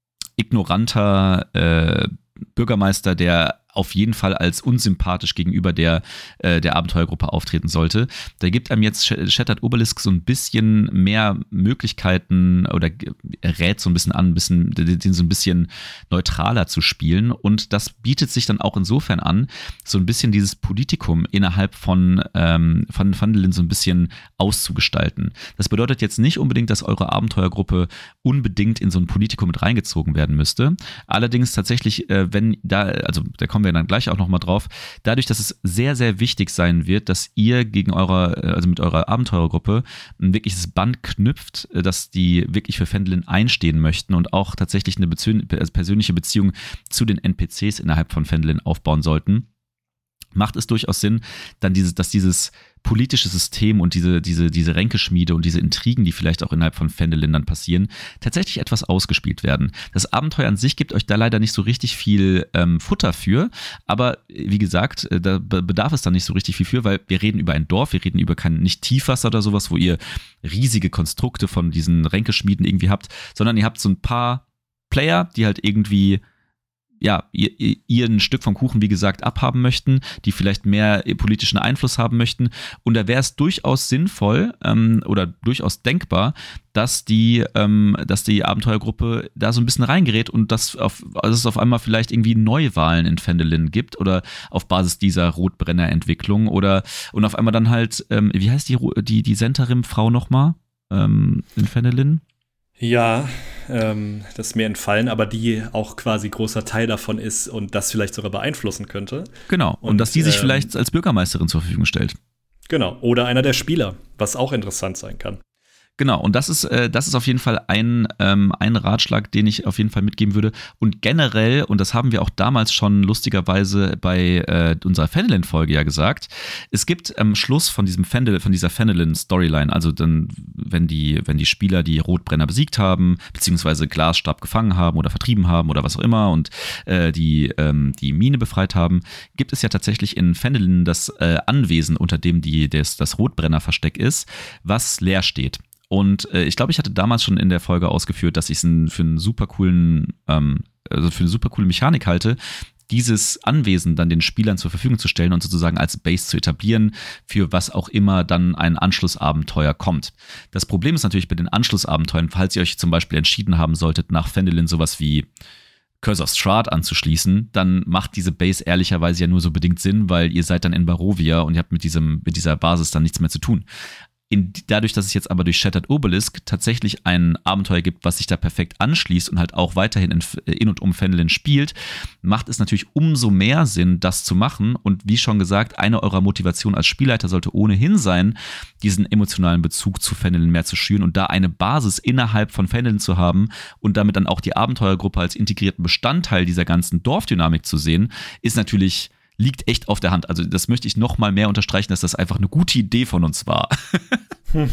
ignoranter äh, Bürgermeister, der auf jeden Fall als unsympathisch gegenüber der, äh, der Abenteuergruppe auftreten sollte. Da gibt einem jetzt Shattered Obelisk so ein bisschen mehr Möglichkeiten oder rät so ein bisschen an, ein bisschen, den so ein bisschen neutraler zu spielen. Und das bietet sich dann auch insofern an, so ein bisschen dieses Politikum innerhalb von, ähm, von Phandalin so ein bisschen auszugestalten. Das bedeutet jetzt nicht unbedingt, dass eure Abenteuergruppe unbedingt in so ein Politikum mit reingezogen werden müsste. Allerdings tatsächlich, äh, wenn da, also da kommt wir dann gleich auch nochmal drauf, dadurch, dass es sehr, sehr wichtig sein wird, dass ihr gegen eurer, also mit eurer Abenteurergruppe ein wirkliches Band knüpft, dass die wirklich für Phandalin einstehen möchten und auch tatsächlich eine persönliche Beziehung zu den N P Cs innerhalb von Phandalin aufbauen sollten, macht es durchaus Sinn, dann dieses, dass dieses politische System und diese, diese, diese Ränkeschmiede und diese Intrigen, die vielleicht auch innerhalb von Phandalin dann passieren, tatsächlich etwas ausgespielt werden. Das Abenteuer an sich gibt euch da leider nicht so richtig viel ähm, Futter für, aber wie gesagt, da bedarf es dann nicht so richtig viel für, weil wir reden über ein Dorf, wir reden über kein nicht Tiefwasser oder sowas, wo ihr riesige Konstrukte von diesen Ränkeschmieden irgendwie habt, sondern ihr habt so ein paar Player, die halt irgendwie ja, ihr, ihr ein Stück vom Kuchen, wie gesagt, abhaben möchten, die vielleicht mehr politischen Einfluss haben möchten. Und da wäre es durchaus sinnvoll ähm, oder durchaus denkbar, dass die, ähm, dass die Abenteuergruppe da so ein bisschen reingerät und dass, auf, dass es auf einmal vielleicht irgendwie Neuwahlen in Phandalin gibt oder auf Basis dieser Rotbrenner-Entwicklung oder und auf einmal dann halt, ähm, wie heißt die, die, die Centerim-Frau nochmal ähm, in Phandalin? Ja, ähm, das ist mir entfallen, aber die auch quasi großer Teil davon ist und das vielleicht sogar beeinflussen könnte. Genau, und, und dass die sich ähm, vielleicht als Bürgermeisterin zur Verfügung stellt. Genau, oder einer der Spieler, was auch interessant sein kann. Genau, und das ist, äh, das ist auf jeden Fall ein, ähm, ein Ratschlag, den ich auf jeden Fall mitgeben würde. Und generell, und das haben wir auch damals schon lustigerweise bei äh, unserer Phandalin-Folge ja gesagt, es gibt am Schluss von diesem Phandalin, von dieser Phandalin-Storyline, also dann, wenn die, wenn die Spieler die Rotbrenner besiegt haben, beziehungsweise Glasstab gefangen haben oder vertrieben haben oder was auch immer und äh, die, ähm, die Mine befreit haben, gibt es ja tatsächlich in Phandalin das äh, Anwesen, unter dem die, das, das Rotbrenner-Versteck ist, was leer steht. Und äh, ich glaube, ich hatte damals schon in der Folge ausgeführt, dass ich es für einen super coolen, ähm, also für eine super coole Mechanik halte, dieses Anwesen dann den Spielern zur Verfügung zu stellen und sozusagen als Base zu etablieren, für was auch immer dann ein Anschlussabenteuer kommt. Das Problem ist natürlich bei den Anschlussabenteuern, falls ihr euch zum Beispiel entschieden haben solltet, nach Phandalin sowas wie Curse of Strahd anzuschließen, dann macht diese Base ehrlicherweise ja nur so bedingt Sinn, weil ihr seid dann in Barovia und ihr habt mit, diesem, mit dieser Basis dann nichts mehr zu tun. In, dadurch, dass es jetzt aber durch Shattered Obelisk tatsächlich ein Abenteuer gibt, was sich da perfekt anschließt und halt auch weiterhin in, in und um Phandalin spielt, macht es natürlich umso mehr Sinn, das zu machen. Und wie schon gesagt, eine eurer Motivationen als Spielleiter sollte ohnehin sein, diesen emotionalen Bezug zu Phandalin mehr zu schüren und da eine Basis innerhalb von Phandalin zu haben und damit dann auch die Abenteuergruppe als integrierten Bestandteil dieser ganzen Dorfdynamik zu sehen, ist natürlich liegt echt auf der Hand. Also das möchte ich noch mal mehr unterstreichen, dass das einfach eine gute Idee von uns war. Hm.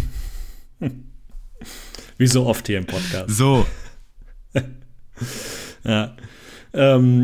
Hm. Wie so oft hier im Podcast. So. Ja. Ähm,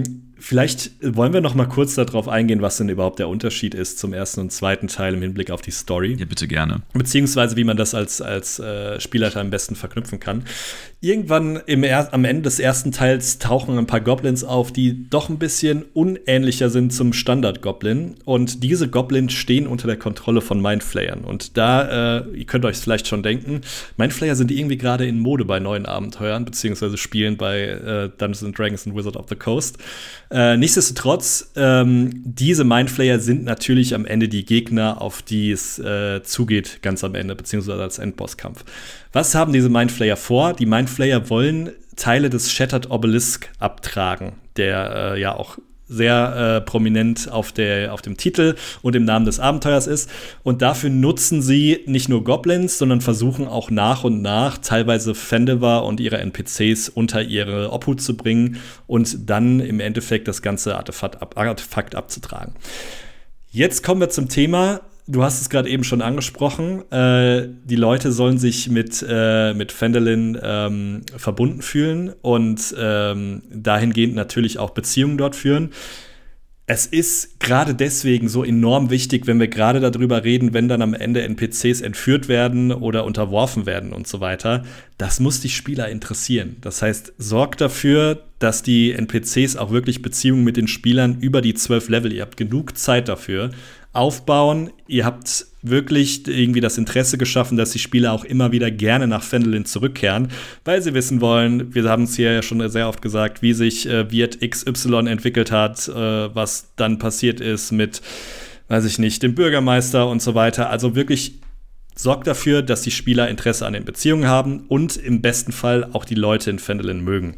Vielleicht wollen wir noch mal kurz darauf eingehen, was denn überhaupt der Unterschied ist zum ersten und zweiten Teil im Hinblick auf die Story. Ja, bitte gerne. Beziehungsweise, wie man das als, als äh, Spielleiter am besten verknüpfen kann. Irgendwann im er- am Ende des ersten Teils tauchen ein paar Goblins auf, die doch ein bisschen unähnlicher sind zum Standard-Goblin. Und diese Goblins stehen unter der Kontrolle von Mindflayern. Und da, äh, ihr könnt euch vielleicht schon denken, Mindflayer sind irgendwie gerade in Mode bei neuen Abenteuern, beziehungsweise Spielen bei äh, Dungeons and Dragons und Wizard of the Coast. Äh, nichtsdestotrotz, ähm, diese Mindflayer sind natürlich am Ende die Gegner, auf die es äh, zugeht, ganz am Ende, beziehungsweise als Endbosskampf. Was haben diese Mindflayer vor? Die Mindflayer wollen Teile des Shattered Obelisk abtragen, der äh, ja auch sehr äh, prominent auf, der, auf dem Titel und im Namen des Abenteuers ist. Und dafür nutzen sie nicht nur Goblins, sondern versuchen auch nach und nach teilweise Fandelver und ihre N P Cs unter ihre Obhut zu bringen und dann im Endeffekt das ganze Artefakt, ab, Artefakt abzutragen. Jetzt kommen wir zum Thema. Du hast es gerade eben schon angesprochen. Äh, die Leute sollen sich mit, äh, mit Phandalin ähm, verbunden fühlen und ähm, dahingehend natürlich auch Beziehungen dort führen. Es ist gerade deswegen so enorm wichtig, wenn wir gerade darüber reden, wenn dann am Ende N P Cs entführt werden oder unterworfen werden und so weiter. Das muss die Spieler interessieren. Das heißt, sorgt dafür, dass die N P Cs auch wirklich Beziehungen mit den Spielern über die zwölf Level, ihr habt genug Zeit dafür, aufbauen. Ihr habt wirklich irgendwie das Interesse geschaffen, dass die Spieler auch immer wieder gerne nach Phandalin zurückkehren, weil sie wissen wollen, wir haben es hier ja schon sehr oft gesagt, wie sich äh, Wirt X Y entwickelt hat, äh, was dann passiert ist mit, weiß ich nicht, dem Bürgermeister und so weiter. Also wirklich sorgt dafür, dass die Spieler Interesse an den Beziehungen haben und im besten Fall auch die Leute in Phandalin mögen.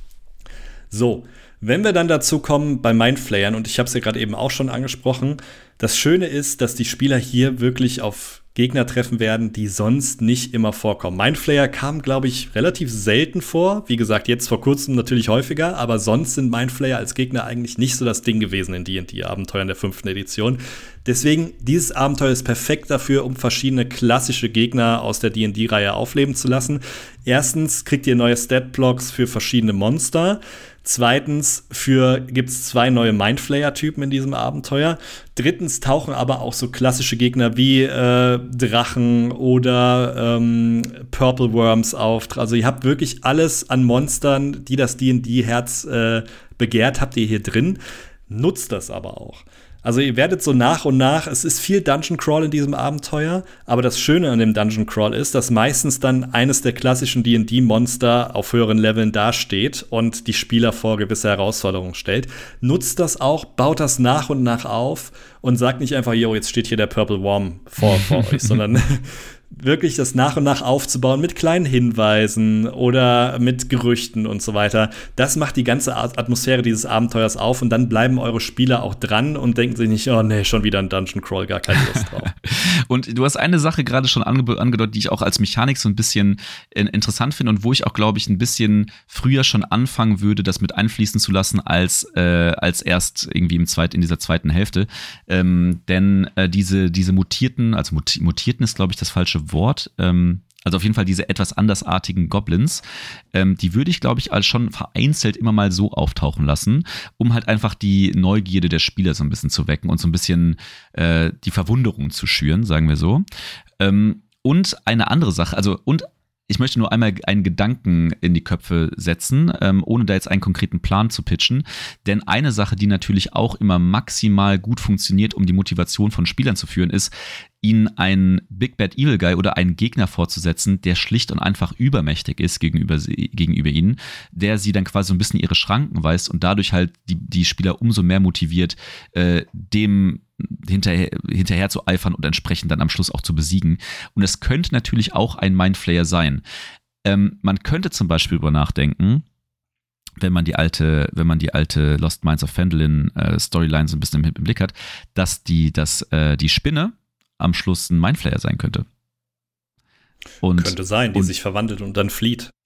So, wenn wir dann dazu kommen bei Mindflayern, und ich habe es ja gerade eben auch schon angesprochen, das Schöne ist, dass die Spieler hier wirklich auf Gegner treffen werden, die sonst nicht immer vorkommen. Mindflayer kam, glaube ich, relativ selten vor. Wie gesagt, jetzt vor kurzem natürlich häufiger, aber sonst sind Mindflayer als Gegner eigentlich nicht so das Ding gewesen in D und D-Abenteuern der fünften Edition. Deswegen, dieses Abenteuer ist perfekt dafür, um verschiedene klassische Gegner aus der D und D-Reihe aufleben zu lassen. Erstens kriegt ihr neue Stat-Blocks für verschiedene Monster. Zweitens für gibt's zwei neue Mindflayer-Typen in diesem Abenteuer. Drittens tauchen aber auch so klassische Gegner wie äh, Drachen oder ähm, Purple Worms auf. Also ihr habt wirklich alles an Monstern, die das D und D-Herz äh, begehrt, habt ihr hier drin. Nutzt das aber auch. Also ihr werdet so nach und nach, es ist viel Dungeon Crawl in diesem Abenteuer, aber das Schöne an dem Dungeon Crawl ist, dass meistens dann eines der klassischen D und D-Monster auf höheren Leveln dasteht und die Spieler vor gewisse Herausforderungen stellt. Nutzt das auch, baut das nach und nach auf und sagt nicht einfach, yo, jetzt steht hier der Purple Worm vor, vor euch, sondern wirklich das nach und nach aufzubauen mit kleinen Hinweisen oder mit Gerüchten und so weiter. Das macht die ganze Atmosphäre dieses Abenteuers auf und dann bleiben eure Spieler auch dran und denken sich nicht, oh nee, schon wieder ein Dungeon Crawl, gar keine Lust drauf. Und du hast eine Sache gerade schon ange- angedeutet, die ich auch als Mechanik so ein bisschen äh, interessant finde und wo ich auch, glaube ich, ein bisschen früher schon anfangen würde, das mit einfließen zu lassen, als, äh, als erst irgendwie im zweit, in dieser zweiten Hälfte. Ähm, denn äh, diese, diese mutierten, also muti- mutierten ist, glaube ich, das falsche Wort, ähm, also auf jeden Fall diese etwas andersartigen Goblins, ähm, die würde ich, glaube ich, als schon vereinzelt immer mal so auftauchen lassen, um halt einfach die Neugierde der Spieler so ein bisschen zu wecken und so ein bisschen äh, die Verwunderung zu schüren, sagen wir so. Ähm, und eine andere Sache, also und ich möchte nur einmal einen Gedanken in die Köpfe setzen, ähm, ohne da jetzt einen konkreten Plan zu pitchen. Denn eine Sache, die natürlich auch immer maximal gut funktioniert, um die Motivation von Spielern zu führen, ist, ihnen einen Big Bad Evil Guy oder einen Gegner vorzusetzen, der schlicht und einfach übermächtig ist gegenüber, sie, gegenüber ihnen, der sie dann quasi so ein bisschen ihre Schranken weist und dadurch halt die, die Spieler umso mehr motiviert, äh, dem hinterher, hinterher zu eifern und entsprechend dann am Schluss auch zu besiegen. Und es könnte natürlich auch ein Mindflayer sein. Ähm, man könnte zum Beispiel darüber nachdenken, wenn man die alte, wenn man die alte Lost Mines of Phandalin äh, Storyline so ein bisschen im Blick hat, dass die, dass, äh, die Spinne am Schluss ein Mindflayer sein könnte. Und, könnte sein, die und, sich verwandelt und dann flieht.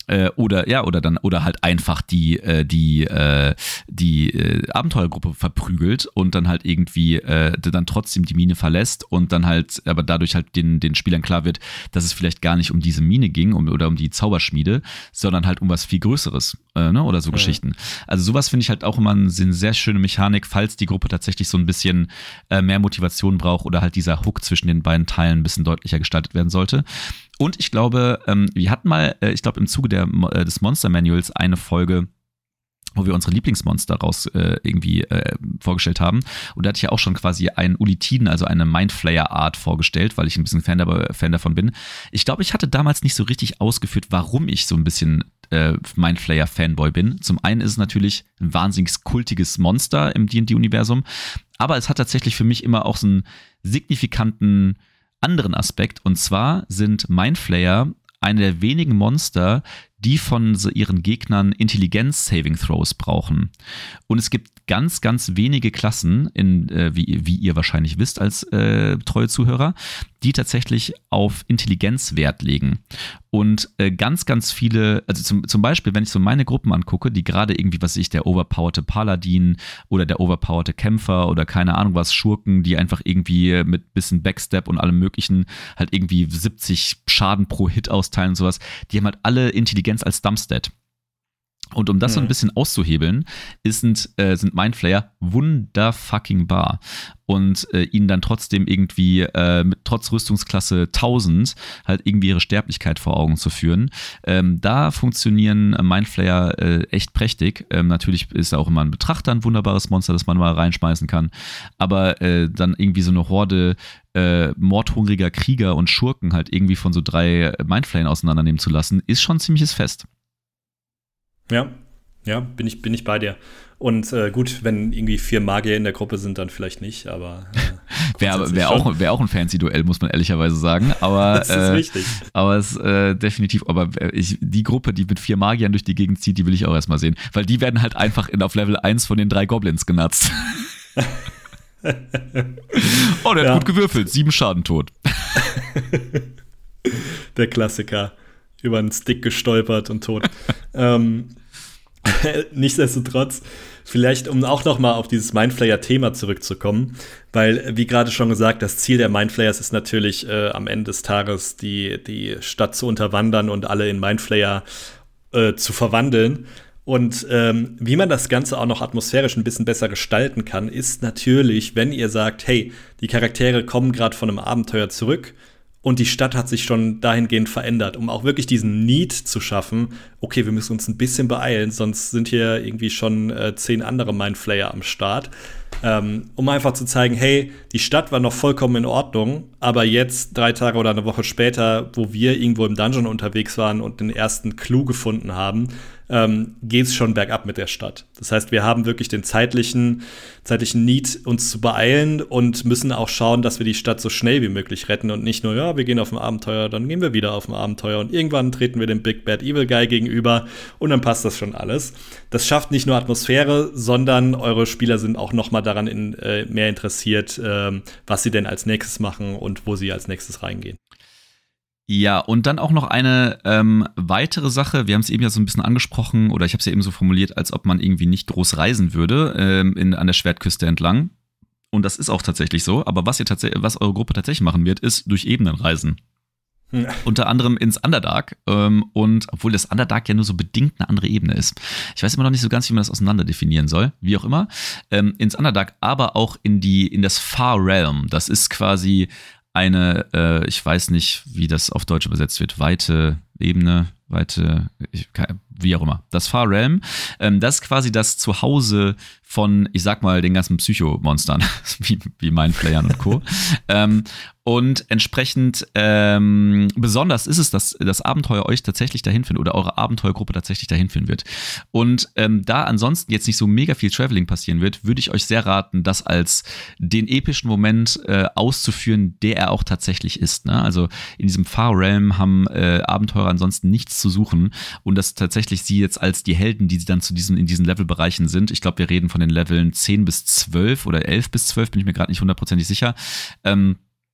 Äh, oder ja, oder dann, oder halt einfach die, äh, die, äh, die äh, Abenteuergruppe verprügelt und dann halt irgendwie äh, dann trotzdem die Mine verlässt und dann halt, aber dadurch halt den, den Spielern klar wird, dass es vielleicht gar nicht um diese Mine ging um, oder um die Zauberschmiede, sondern halt um was viel Größeres, äh, ne? Oder so ja. Geschichten. Also sowas finde ich halt auch immer eine sehr schöne Mechanik, falls die Gruppe tatsächlich so ein bisschen äh, mehr Motivation braucht oder halt dieser Hook zwischen den beiden Teilen ein bisschen deutlicher gestaltet werden sollte. Und ich glaube, ähm, wir hatten mal, äh, ich glaube im Zuge der, äh, des Monster Manuals eine Folge, wo wir unsere Lieblingsmonster raus äh, irgendwie äh, vorgestellt haben. Und da hatte ich ja auch schon quasi einen Ulitiden, also eine Mindflayer-Art vorgestellt, weil ich ein bisschen Fan, dabei, Fan davon bin. Ich glaube, ich hatte damals nicht so richtig ausgeführt, warum ich so ein bisschen äh, Mindflayer-Fanboy bin. Zum einen ist es natürlich ein wahnsinnig kultiges Monster im D und D-Universum, aber es hat tatsächlich für mich immer auch so einen signifikanten anderen Aspekt. Und zwar sind Mindflayer eine der wenigen Monster, die von so ihren Gegnern Intelligenz-Saving-Throws brauchen. Und es gibt ganz, ganz wenige Klassen, in, äh, wie, wie ihr wahrscheinlich wisst als äh, treue Zuhörer, die tatsächlich auf Intelligenz Wert legen. Und äh, ganz, ganz viele, also zum, zum Beispiel, wenn ich so meine Gruppen angucke, die gerade irgendwie, was weiß ich, der overpowerte Paladin oder der overpowerte Kämpfer oder keine Ahnung was, Schurken, die einfach irgendwie mit bisschen Backstep und allem möglichen halt irgendwie siebzig Schaden pro Hit austeilen und sowas, die haben halt alle Intelligenz als Dumpstat. Und um das so ein bisschen auszuhebeln, ist, sind, äh, sind Mindflayer wunderfucking bar. Und äh, ihnen dann trotzdem irgendwie äh, mit trotz Rüstungsklasse tausend halt irgendwie ihre Sterblichkeit vor Augen zu führen. Ähm, da funktionieren äh, Mindflayer äh, echt prächtig. Ähm, natürlich ist auch immer ein Betrachter ein wunderbares Monster, das man mal reinschmeißen kann. Aber äh, dann irgendwie so eine Horde äh, mordhungriger Krieger und Schurken halt irgendwie von so drei Mindflayern auseinandernehmen zu lassen, ist schon ein ziemliches Fest. Ja, ja, bin ich, bin ich bei dir. Und äh, gut, wenn irgendwie vier Magier in der Gruppe sind, dann vielleicht nicht, aber äh, wäre wär auch, wär auch ein fancy Duell, muss man ehrlicherweise sagen. Aber, das ist äh, richtig. Aber es äh, definitiv, aber ich, die Gruppe, die mit vier Magiern durch die Gegend zieht, die will ich auch erstmal sehen. Weil die werden halt einfach in, auf Level eins von den drei Goblins genutzt. Oh, der hat ja. gut gewürfelt, sieben Schaden tot. Der Klassiker. Über einen Stick gestolpert und tot. ähm, nichtsdestotrotz, vielleicht um auch noch mal auf dieses Mindflayer-Thema zurückzukommen, weil, wie gerade schon gesagt, das Ziel der Mindflayers ist natürlich äh, am Ende des Tages die, die Stadt zu unterwandern und alle in Mindflayer äh, zu verwandeln. Und ähm, wie man das Ganze auch noch atmosphärisch ein bisschen besser gestalten kann, ist natürlich, wenn ihr sagt, hey, die Charaktere kommen gerade von einem Abenteuer zurück, und die Stadt hat sich schon dahingehend verändert, um auch wirklich diesen Need zu schaffen, okay, wir müssen uns ein bisschen beeilen, sonst sind hier irgendwie schon äh, zehn andere Mindflayer am Start. Ähm, um einfach zu zeigen, hey, die Stadt war noch vollkommen in Ordnung, aber jetzt, drei Tage oder eine Woche später, wo wir irgendwo im Dungeon unterwegs waren und den ersten Clou gefunden haben, ähm, geht's schon bergab mit der Stadt. Das heißt, wir haben wirklich den zeitlichen, zeitlichen Need, uns zu beeilen und müssen auch schauen, dass wir die Stadt so schnell wie möglich retten und nicht nur, ja, wir gehen auf ein Abenteuer, dann gehen wir wieder auf ein Abenteuer und irgendwann treten wir dem Big Bad Evil Guy gegenüber und dann passt das schon alles. Das schafft nicht nur Atmosphäre, sondern eure Spieler sind auch noch mal daran in, äh, mehr interessiert, äh, was sie denn als nächstes machen und wo sie als nächstes reingehen. Ja, und dann auch noch eine ähm, weitere Sache. Wir haben es eben ja so ein bisschen angesprochen, oder ich habe es ja eben so formuliert, als ob man irgendwie nicht groß reisen würde ähm, in, an der Schwertküste entlang. Und das ist auch tatsächlich so. Aber was ihr tatsächlich, was eure Gruppe tatsächlich machen wird, ist durch Ebenen reisen. Ja. Unter anderem ins Underdark. Ähm, und obwohl das Underdark ja nur so bedingt eine andere Ebene ist. Ich weiß immer noch nicht so ganz, wie man das auseinander definieren soll. Wie auch immer. Ähm, ins Underdark, aber auch in die in das Far Realm. Das ist quasi eine, äh, ich weiß nicht, wie das auf Deutsch übersetzt wird, weite Ebene, weite, ich, wie auch immer. Das Far Realm, ähm, das ist quasi das Zuhause von, ich sag mal, den ganzen Psychomonstern, wie, wie Mindflayern und Co. ähm, und entsprechend ähm, besonders ist es, dass das Abenteuer euch tatsächlich dahin findet oder eure Abenteuergruppe tatsächlich dahin finden wird. Und ähm, da ansonsten jetzt nicht so mega viel Traveling passieren wird, würde ich euch sehr raten, das als den epischen Moment äh, auszuführen, der er auch tatsächlich ist. Ne? Also in diesem Far Realm haben äh, Abenteurer ansonsten nichts zu suchen und das tatsächlich sie jetzt als die Helden, die sie dann zu diesen, in diesen Levelbereichen sind. Ich glaube, wir reden von den Leveln zehn bis zwölf oder elf bis zwölf, bin ich mir gerade nicht hundertprozentig sicher. Ähm,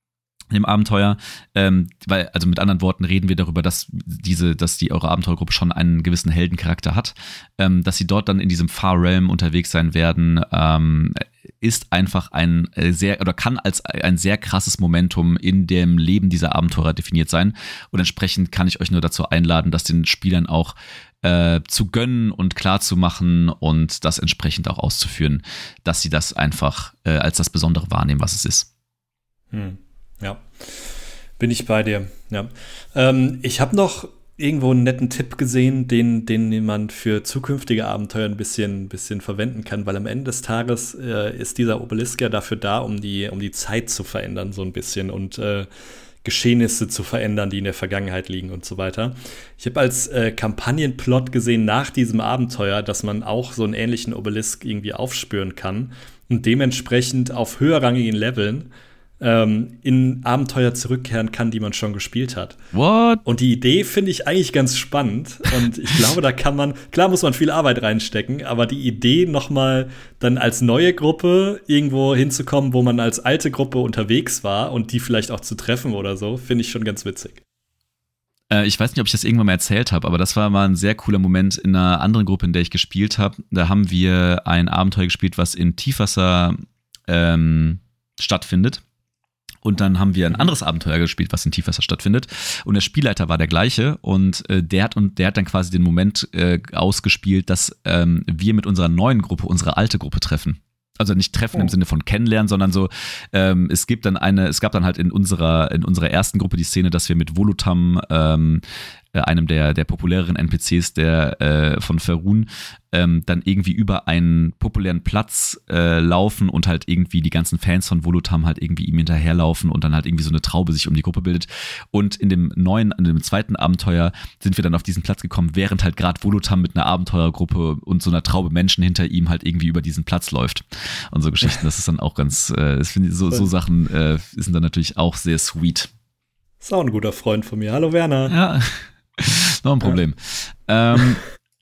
dem Abenteuer, ähm, weil, also mit anderen Worten reden wir darüber, dass diese, dass die eure Abenteuergruppe schon einen gewissen Heldencharakter hat, ähm, dass sie dort dann in diesem Far Realm unterwegs sein werden, ähm, ist einfach ein sehr, oder kann als ein sehr krasses Momentum in dem Leben dieser Abenteurer definiert sein, und entsprechend kann ich euch nur dazu einladen, das den Spielern auch äh, zu gönnen und klar zu machen und das entsprechend auch auszuführen, dass sie das einfach äh, als das Besondere wahrnehmen, was es ist. Hm. Ja, bin ich bei dir. Ja. Ähm, ich habe noch irgendwo einen netten Tipp gesehen, den, den man für zukünftige Abenteuer ein bisschen, bisschen verwenden kann, weil am Ende des Tages äh, ist dieser Obelisk ja dafür da, um die, um die Zeit zu verändern so ein bisschen und äh, Geschehnisse zu verändern, die in der Vergangenheit liegen und so weiter. Ich habe als äh, Kampagnenplot gesehen nach diesem Abenteuer, dass man auch so einen ähnlichen Obelisk irgendwie aufspüren kann und dementsprechend auf höherrangigen Leveln ähm, in Abenteuer zurückkehren kann, die man schon gespielt hat. What? Und die Idee finde ich eigentlich ganz spannend. Und ich glaube, da kann man, klar muss man viel Arbeit reinstecken, aber die Idee, nochmal dann als neue Gruppe irgendwo hinzukommen, wo man als alte Gruppe unterwegs war und die vielleicht auch zu treffen oder so, finde ich schon ganz witzig. Äh, ich weiß nicht, ob ich das irgendwann mal erzählt habe, aber das war mal ein sehr cooler Moment in einer anderen Gruppe, in der ich gespielt habe. Da haben wir ein Abenteuer gespielt, was in Tiefwasser ähm, stattfindet. Und dann haben wir ein anderes Abenteuer gespielt, was in Tiefwasser stattfindet. Und der Spielleiter war der gleiche. Und äh, der hat und der hat dann quasi den Moment äh, ausgespielt, dass ähm, wir mit unserer neuen Gruppe unsere alte Gruppe treffen. Also nicht treffen oh. im Sinne von kennenlernen, sondern so, ähm, es gibt dann eine, es gab dann halt in unserer, in unserer ersten Gruppe die Szene, dass wir mit Volutam, ähm, einem der, der populäreren N P Cs der, äh, von Faerun, ähm, dann irgendwie über einen populären Platz äh, laufen und halt irgendwie die ganzen Fans von Volutam halt irgendwie ihm hinterherlaufen und dann halt irgendwie so eine Traube sich um die Gruppe bildet. Und in dem neuen, in dem zweiten Abenteuer sind wir dann auf diesen Platz gekommen, während halt gerade Volutam mit einer Abenteuergruppe und so einer Traube Menschen hinter ihm halt irgendwie über diesen Platz läuft. Und so Geschichten, das ist dann auch ganz, äh, das finde ich, so, so Sachen äh, sind dann natürlich auch sehr sweet. Ist auch ein guter Freund von mir. Hallo Werner. Ja. Noch ein Problem. Ja. Ähm,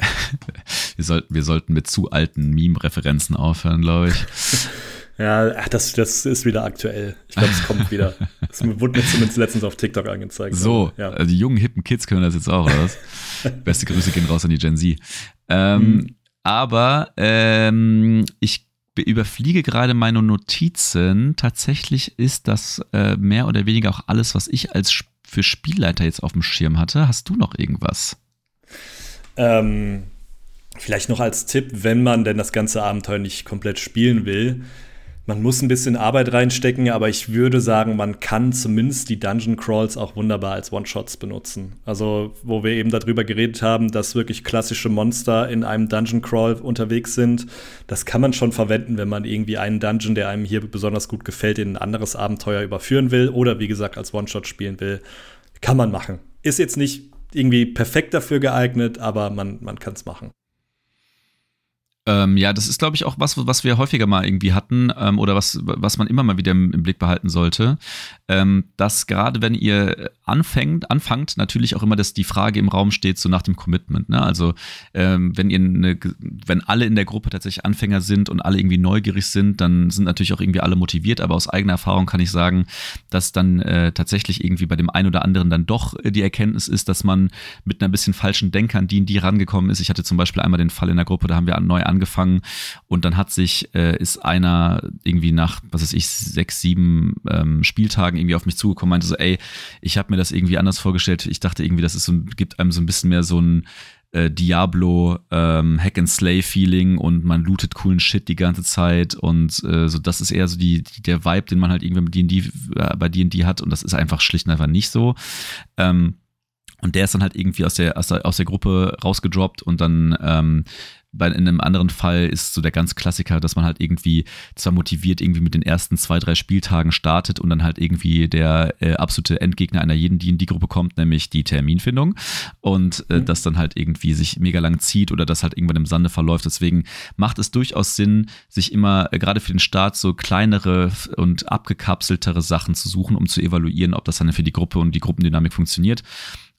wir, sollten, wir sollten mit zu alten Meme-Referenzen aufhören, glaube ich. Ja, ach, das, das ist wieder aktuell. Ich glaube, es kommt wieder. Es wurde mir zumindest letztens auf TikTok angezeigt. So, ja. Also die jungen, hippen Kids können das jetzt auch, oder was? Beste Grüße gehen raus an die Gen Z. Ähm, hm. Aber ähm, ich überfliege gerade meine Notizen. Tatsächlich ist das äh, mehr oder weniger auch alles, was ich als Sp- für Spielleiter jetzt auf dem Schirm hatte. Hast du noch irgendwas? Ähm, vielleicht noch als Tipp, wenn man denn das ganze Abenteuer nicht komplett spielen will. Man muss ein bisschen Arbeit reinstecken, aber ich würde sagen, man kann zumindest die Dungeon Crawls auch wunderbar als One-Shots benutzen. Also, wo wir eben darüber geredet haben, dass wirklich klassische Monster in einem Dungeon Crawl unterwegs sind. Das kann man schon verwenden, wenn man irgendwie einen Dungeon, der einem hier besonders gut gefällt, in ein anderes Abenteuer überführen will oder wie gesagt als One-Shot spielen will. Kann man machen. Ist jetzt nicht irgendwie perfekt dafür geeignet, aber man, man kann es machen. Ähm, ja, das ist, glaube ich, auch was, was wir häufiger mal irgendwie hatten ähm, oder was, was man immer mal wieder im, im Blick behalten sollte, ähm, dass gerade wenn ihr anfängt, anfangt, natürlich auch immer, dass die Frage im Raum steht, so nach dem Commitment, ne? Also ähm, wenn ihr eine, wenn alle in der Gruppe tatsächlich Anfänger sind und alle irgendwie neugierig sind, dann sind natürlich auch irgendwie alle motiviert, aber aus eigener Erfahrung kann ich sagen, dass dann äh, tatsächlich irgendwie bei dem einen oder anderen dann doch äh, die Erkenntnis ist, dass man mit einer bisschen falschen Denke an die und die rangekommen ist. Ich hatte zum Beispiel einmal den Fall in der Gruppe, da haben wir neu angefangen und dann hat sich, äh, ist einer irgendwie nach, was weiß ich, sechs, sieben ähm, Spieltagen irgendwie auf mich zugekommen, meinte so, ey, ich habe mir das irgendwie anders vorgestellt. Ich dachte irgendwie, das ist so, gibt einem so ein bisschen mehr so ein äh, Diablo ähm, Hack-and-Slay-Feeling und man lootet coolen Shit die ganze Zeit und äh, so, das ist eher so die, die der Vibe, den man halt irgendwie mit D und D, äh, bei D und D hat und das ist einfach schlicht und einfach nicht so. Ähm, und der ist dann halt irgendwie aus der, aus der, aus der Gruppe rausgedroppt und dann ähm, bei, in einem anderen Fall ist so der ganz Klassiker, dass man halt irgendwie zwar motiviert irgendwie mit den ersten zwei, drei Spieltagen startet und dann halt irgendwie der äh, absolute Endgegner einer jeden D und D-Gruppe kommt, nämlich die Terminfindung und äh, mhm. das dann halt irgendwie sich mega lang zieht oder das halt irgendwann im Sande verläuft. Deswegen macht es durchaus Sinn, sich immer äh, gerade für den Start so kleinere und abgekapseltere Sachen zu suchen, um zu evaluieren, ob das dann für die Gruppe und die Gruppendynamik funktioniert.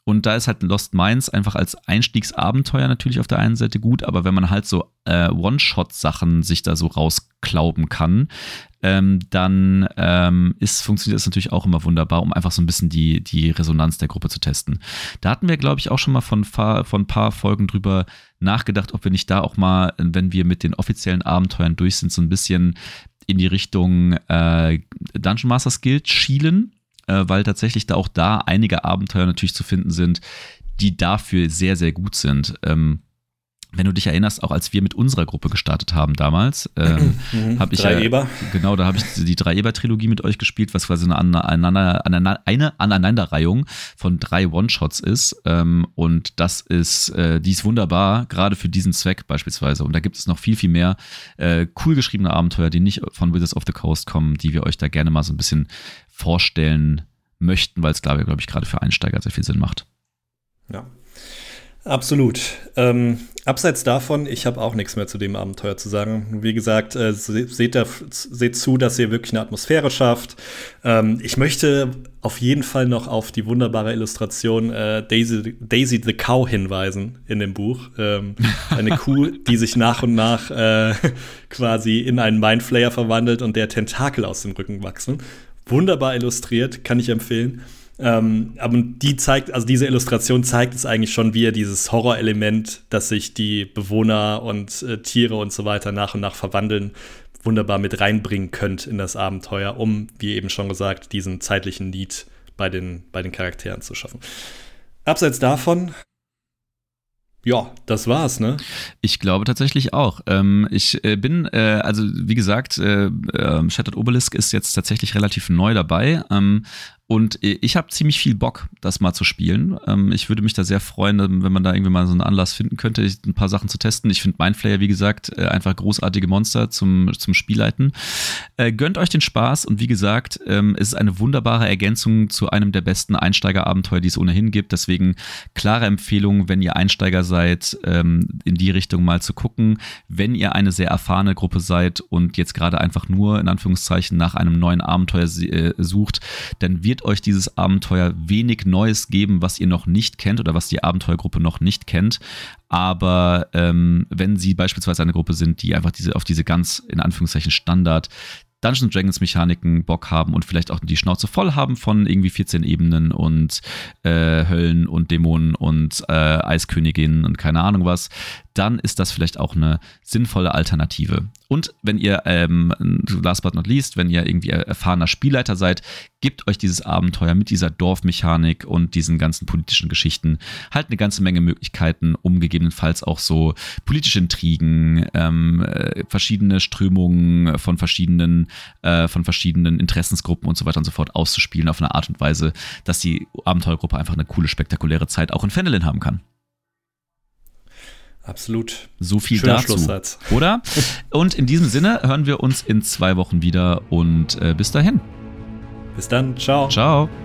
Und da ist halt Lost Mines einfach als Einstiegsabenteuer natürlich auf der einen Seite gut, aber wenn man halt so äh, One-Shot-Sachen sich da so rausklauben kann, ähm, dann ähm, ist, funktioniert das natürlich auch immer wunderbar, um einfach so ein bisschen die, die Resonanz der Gruppe zu testen. Da hatten wir, glaube ich, auch schon mal von, von ein paar Folgen drüber nachgedacht, ob wir nicht da auch mal, wenn wir mit den offiziellen Abenteuern durch sind, so ein bisschen in die Richtung äh, Dungeon Masters Guild schielen, äh, weil tatsächlich da auch da einige Abenteuer natürlich zu finden sind, die dafür sehr, sehr gut sind. Ähm, wenn du dich erinnerst, auch als wir mit unserer Gruppe gestartet haben damals, ähm, mhm, habe ich drei ja, Eber. Genau, da habe ich die drei Eber-Trilogie mit euch gespielt, was quasi eine, aneinander, aneinander, eine Aneinanderreihung von drei One-Shots ist. Ähm, und das ist, äh, die ist wunderbar, gerade für diesen Zweck beispielsweise. Und da gibt es noch viel, viel mehr äh, cool geschriebene Abenteuer, die nicht von Wizards of the Coast kommen, die wir euch da gerne mal so ein bisschen vorstellen möchten, weil es, glaube ich, glaube ich, gerade für Einsteiger sehr viel Sinn macht. Ja. Absolut. Ähm, abseits davon, ich habe auch nichts mehr zu dem Abenteuer zu sagen. Wie gesagt, äh, seht, da, seht zu, dass ihr wirklich eine Atmosphäre schafft. Ähm, ich möchte auf jeden Fall noch auf die wunderbare Illustration äh, Daisy, Daisy the Cow hinweisen in dem Buch. Ähm, eine Kuh, die sich nach und nach äh, quasi in einen Mindflayer verwandelt und der Tentakel aus dem Rücken wachsen. Wunderbar illustriert, kann ich empfehlen. Ähm, aber die zeigt, also diese Illustration zeigt es eigentlich schon, wie ihr dieses Horrorelement, dass sich die Bewohner und äh, Tiere und so weiter nach und nach verwandeln, wunderbar mit reinbringen könnt in das Abenteuer, um, wie eben schon gesagt, diesen zeitlichen Need bei den, bei den Charakteren zu schaffen. Abseits davon, ja, das war's, ne? Ich glaube tatsächlich auch. Ähm, ich äh, bin, äh, also wie gesagt, äh, äh, Shattered Obelisk ist jetzt tatsächlich relativ neu dabei. Ähm, Und ich habe ziemlich viel Bock, das mal zu spielen. Ich würde mich da sehr freuen, wenn man da irgendwie mal so einen Anlass finden könnte, ein paar Sachen zu testen. Ich finde Mindflayer, wie gesagt, einfach großartige Monster zum, zum Spielleiten. Gönnt euch den Spaß und wie gesagt, es ist eine wunderbare Ergänzung zu einem der besten Einsteigerabenteuer, die es ohnehin gibt. Deswegen klare Empfehlung, wenn ihr Einsteiger seid, in die Richtung mal zu gucken. Wenn ihr eine sehr erfahrene Gruppe seid und jetzt gerade einfach nur in Anführungszeichen nach einem neuen Abenteuer sucht, dann wird euch dieses Abenteuer wenig Neues geben, was ihr noch nicht kennt oder was die Abenteuergruppe noch nicht kennt. Aber ähm, wenn sie beispielsweise eine Gruppe sind, die einfach diese auf diese ganz in Anführungszeichen Standard Dungeons and Dragons Mechaniken Bock haben und vielleicht auch die Schnauze voll haben von irgendwie vierzehn Ebenen und äh, Höllen und Dämonen und äh, Eisköniginnen und keine Ahnung was, dann ist das vielleicht auch eine sinnvolle Alternative. Und wenn ihr, ähm, last but not least, wenn ihr irgendwie erfahrener Spielleiter seid, gebt euch dieses Abenteuer mit dieser Dorfmechanik und diesen ganzen politischen Geschichten halt eine ganze Menge Möglichkeiten, um gegebenenfalls auch so politische Intrigen, ähm, äh, verschiedene Strömungen von verschiedenen, äh, von verschiedenen Interessensgruppen und so weiter und so fort auszuspielen auf eine Art und Weise, dass die Abenteuergruppe einfach eine coole, spektakuläre Zeit auch in Phendelin haben kann. Absolut. So viel Schöner dazu, Schlusssatz. Oder? Und in diesem Sinne hören wir uns in zwei Wochen wieder und äh, bis dahin. Bis dann. Ciao. Ciao.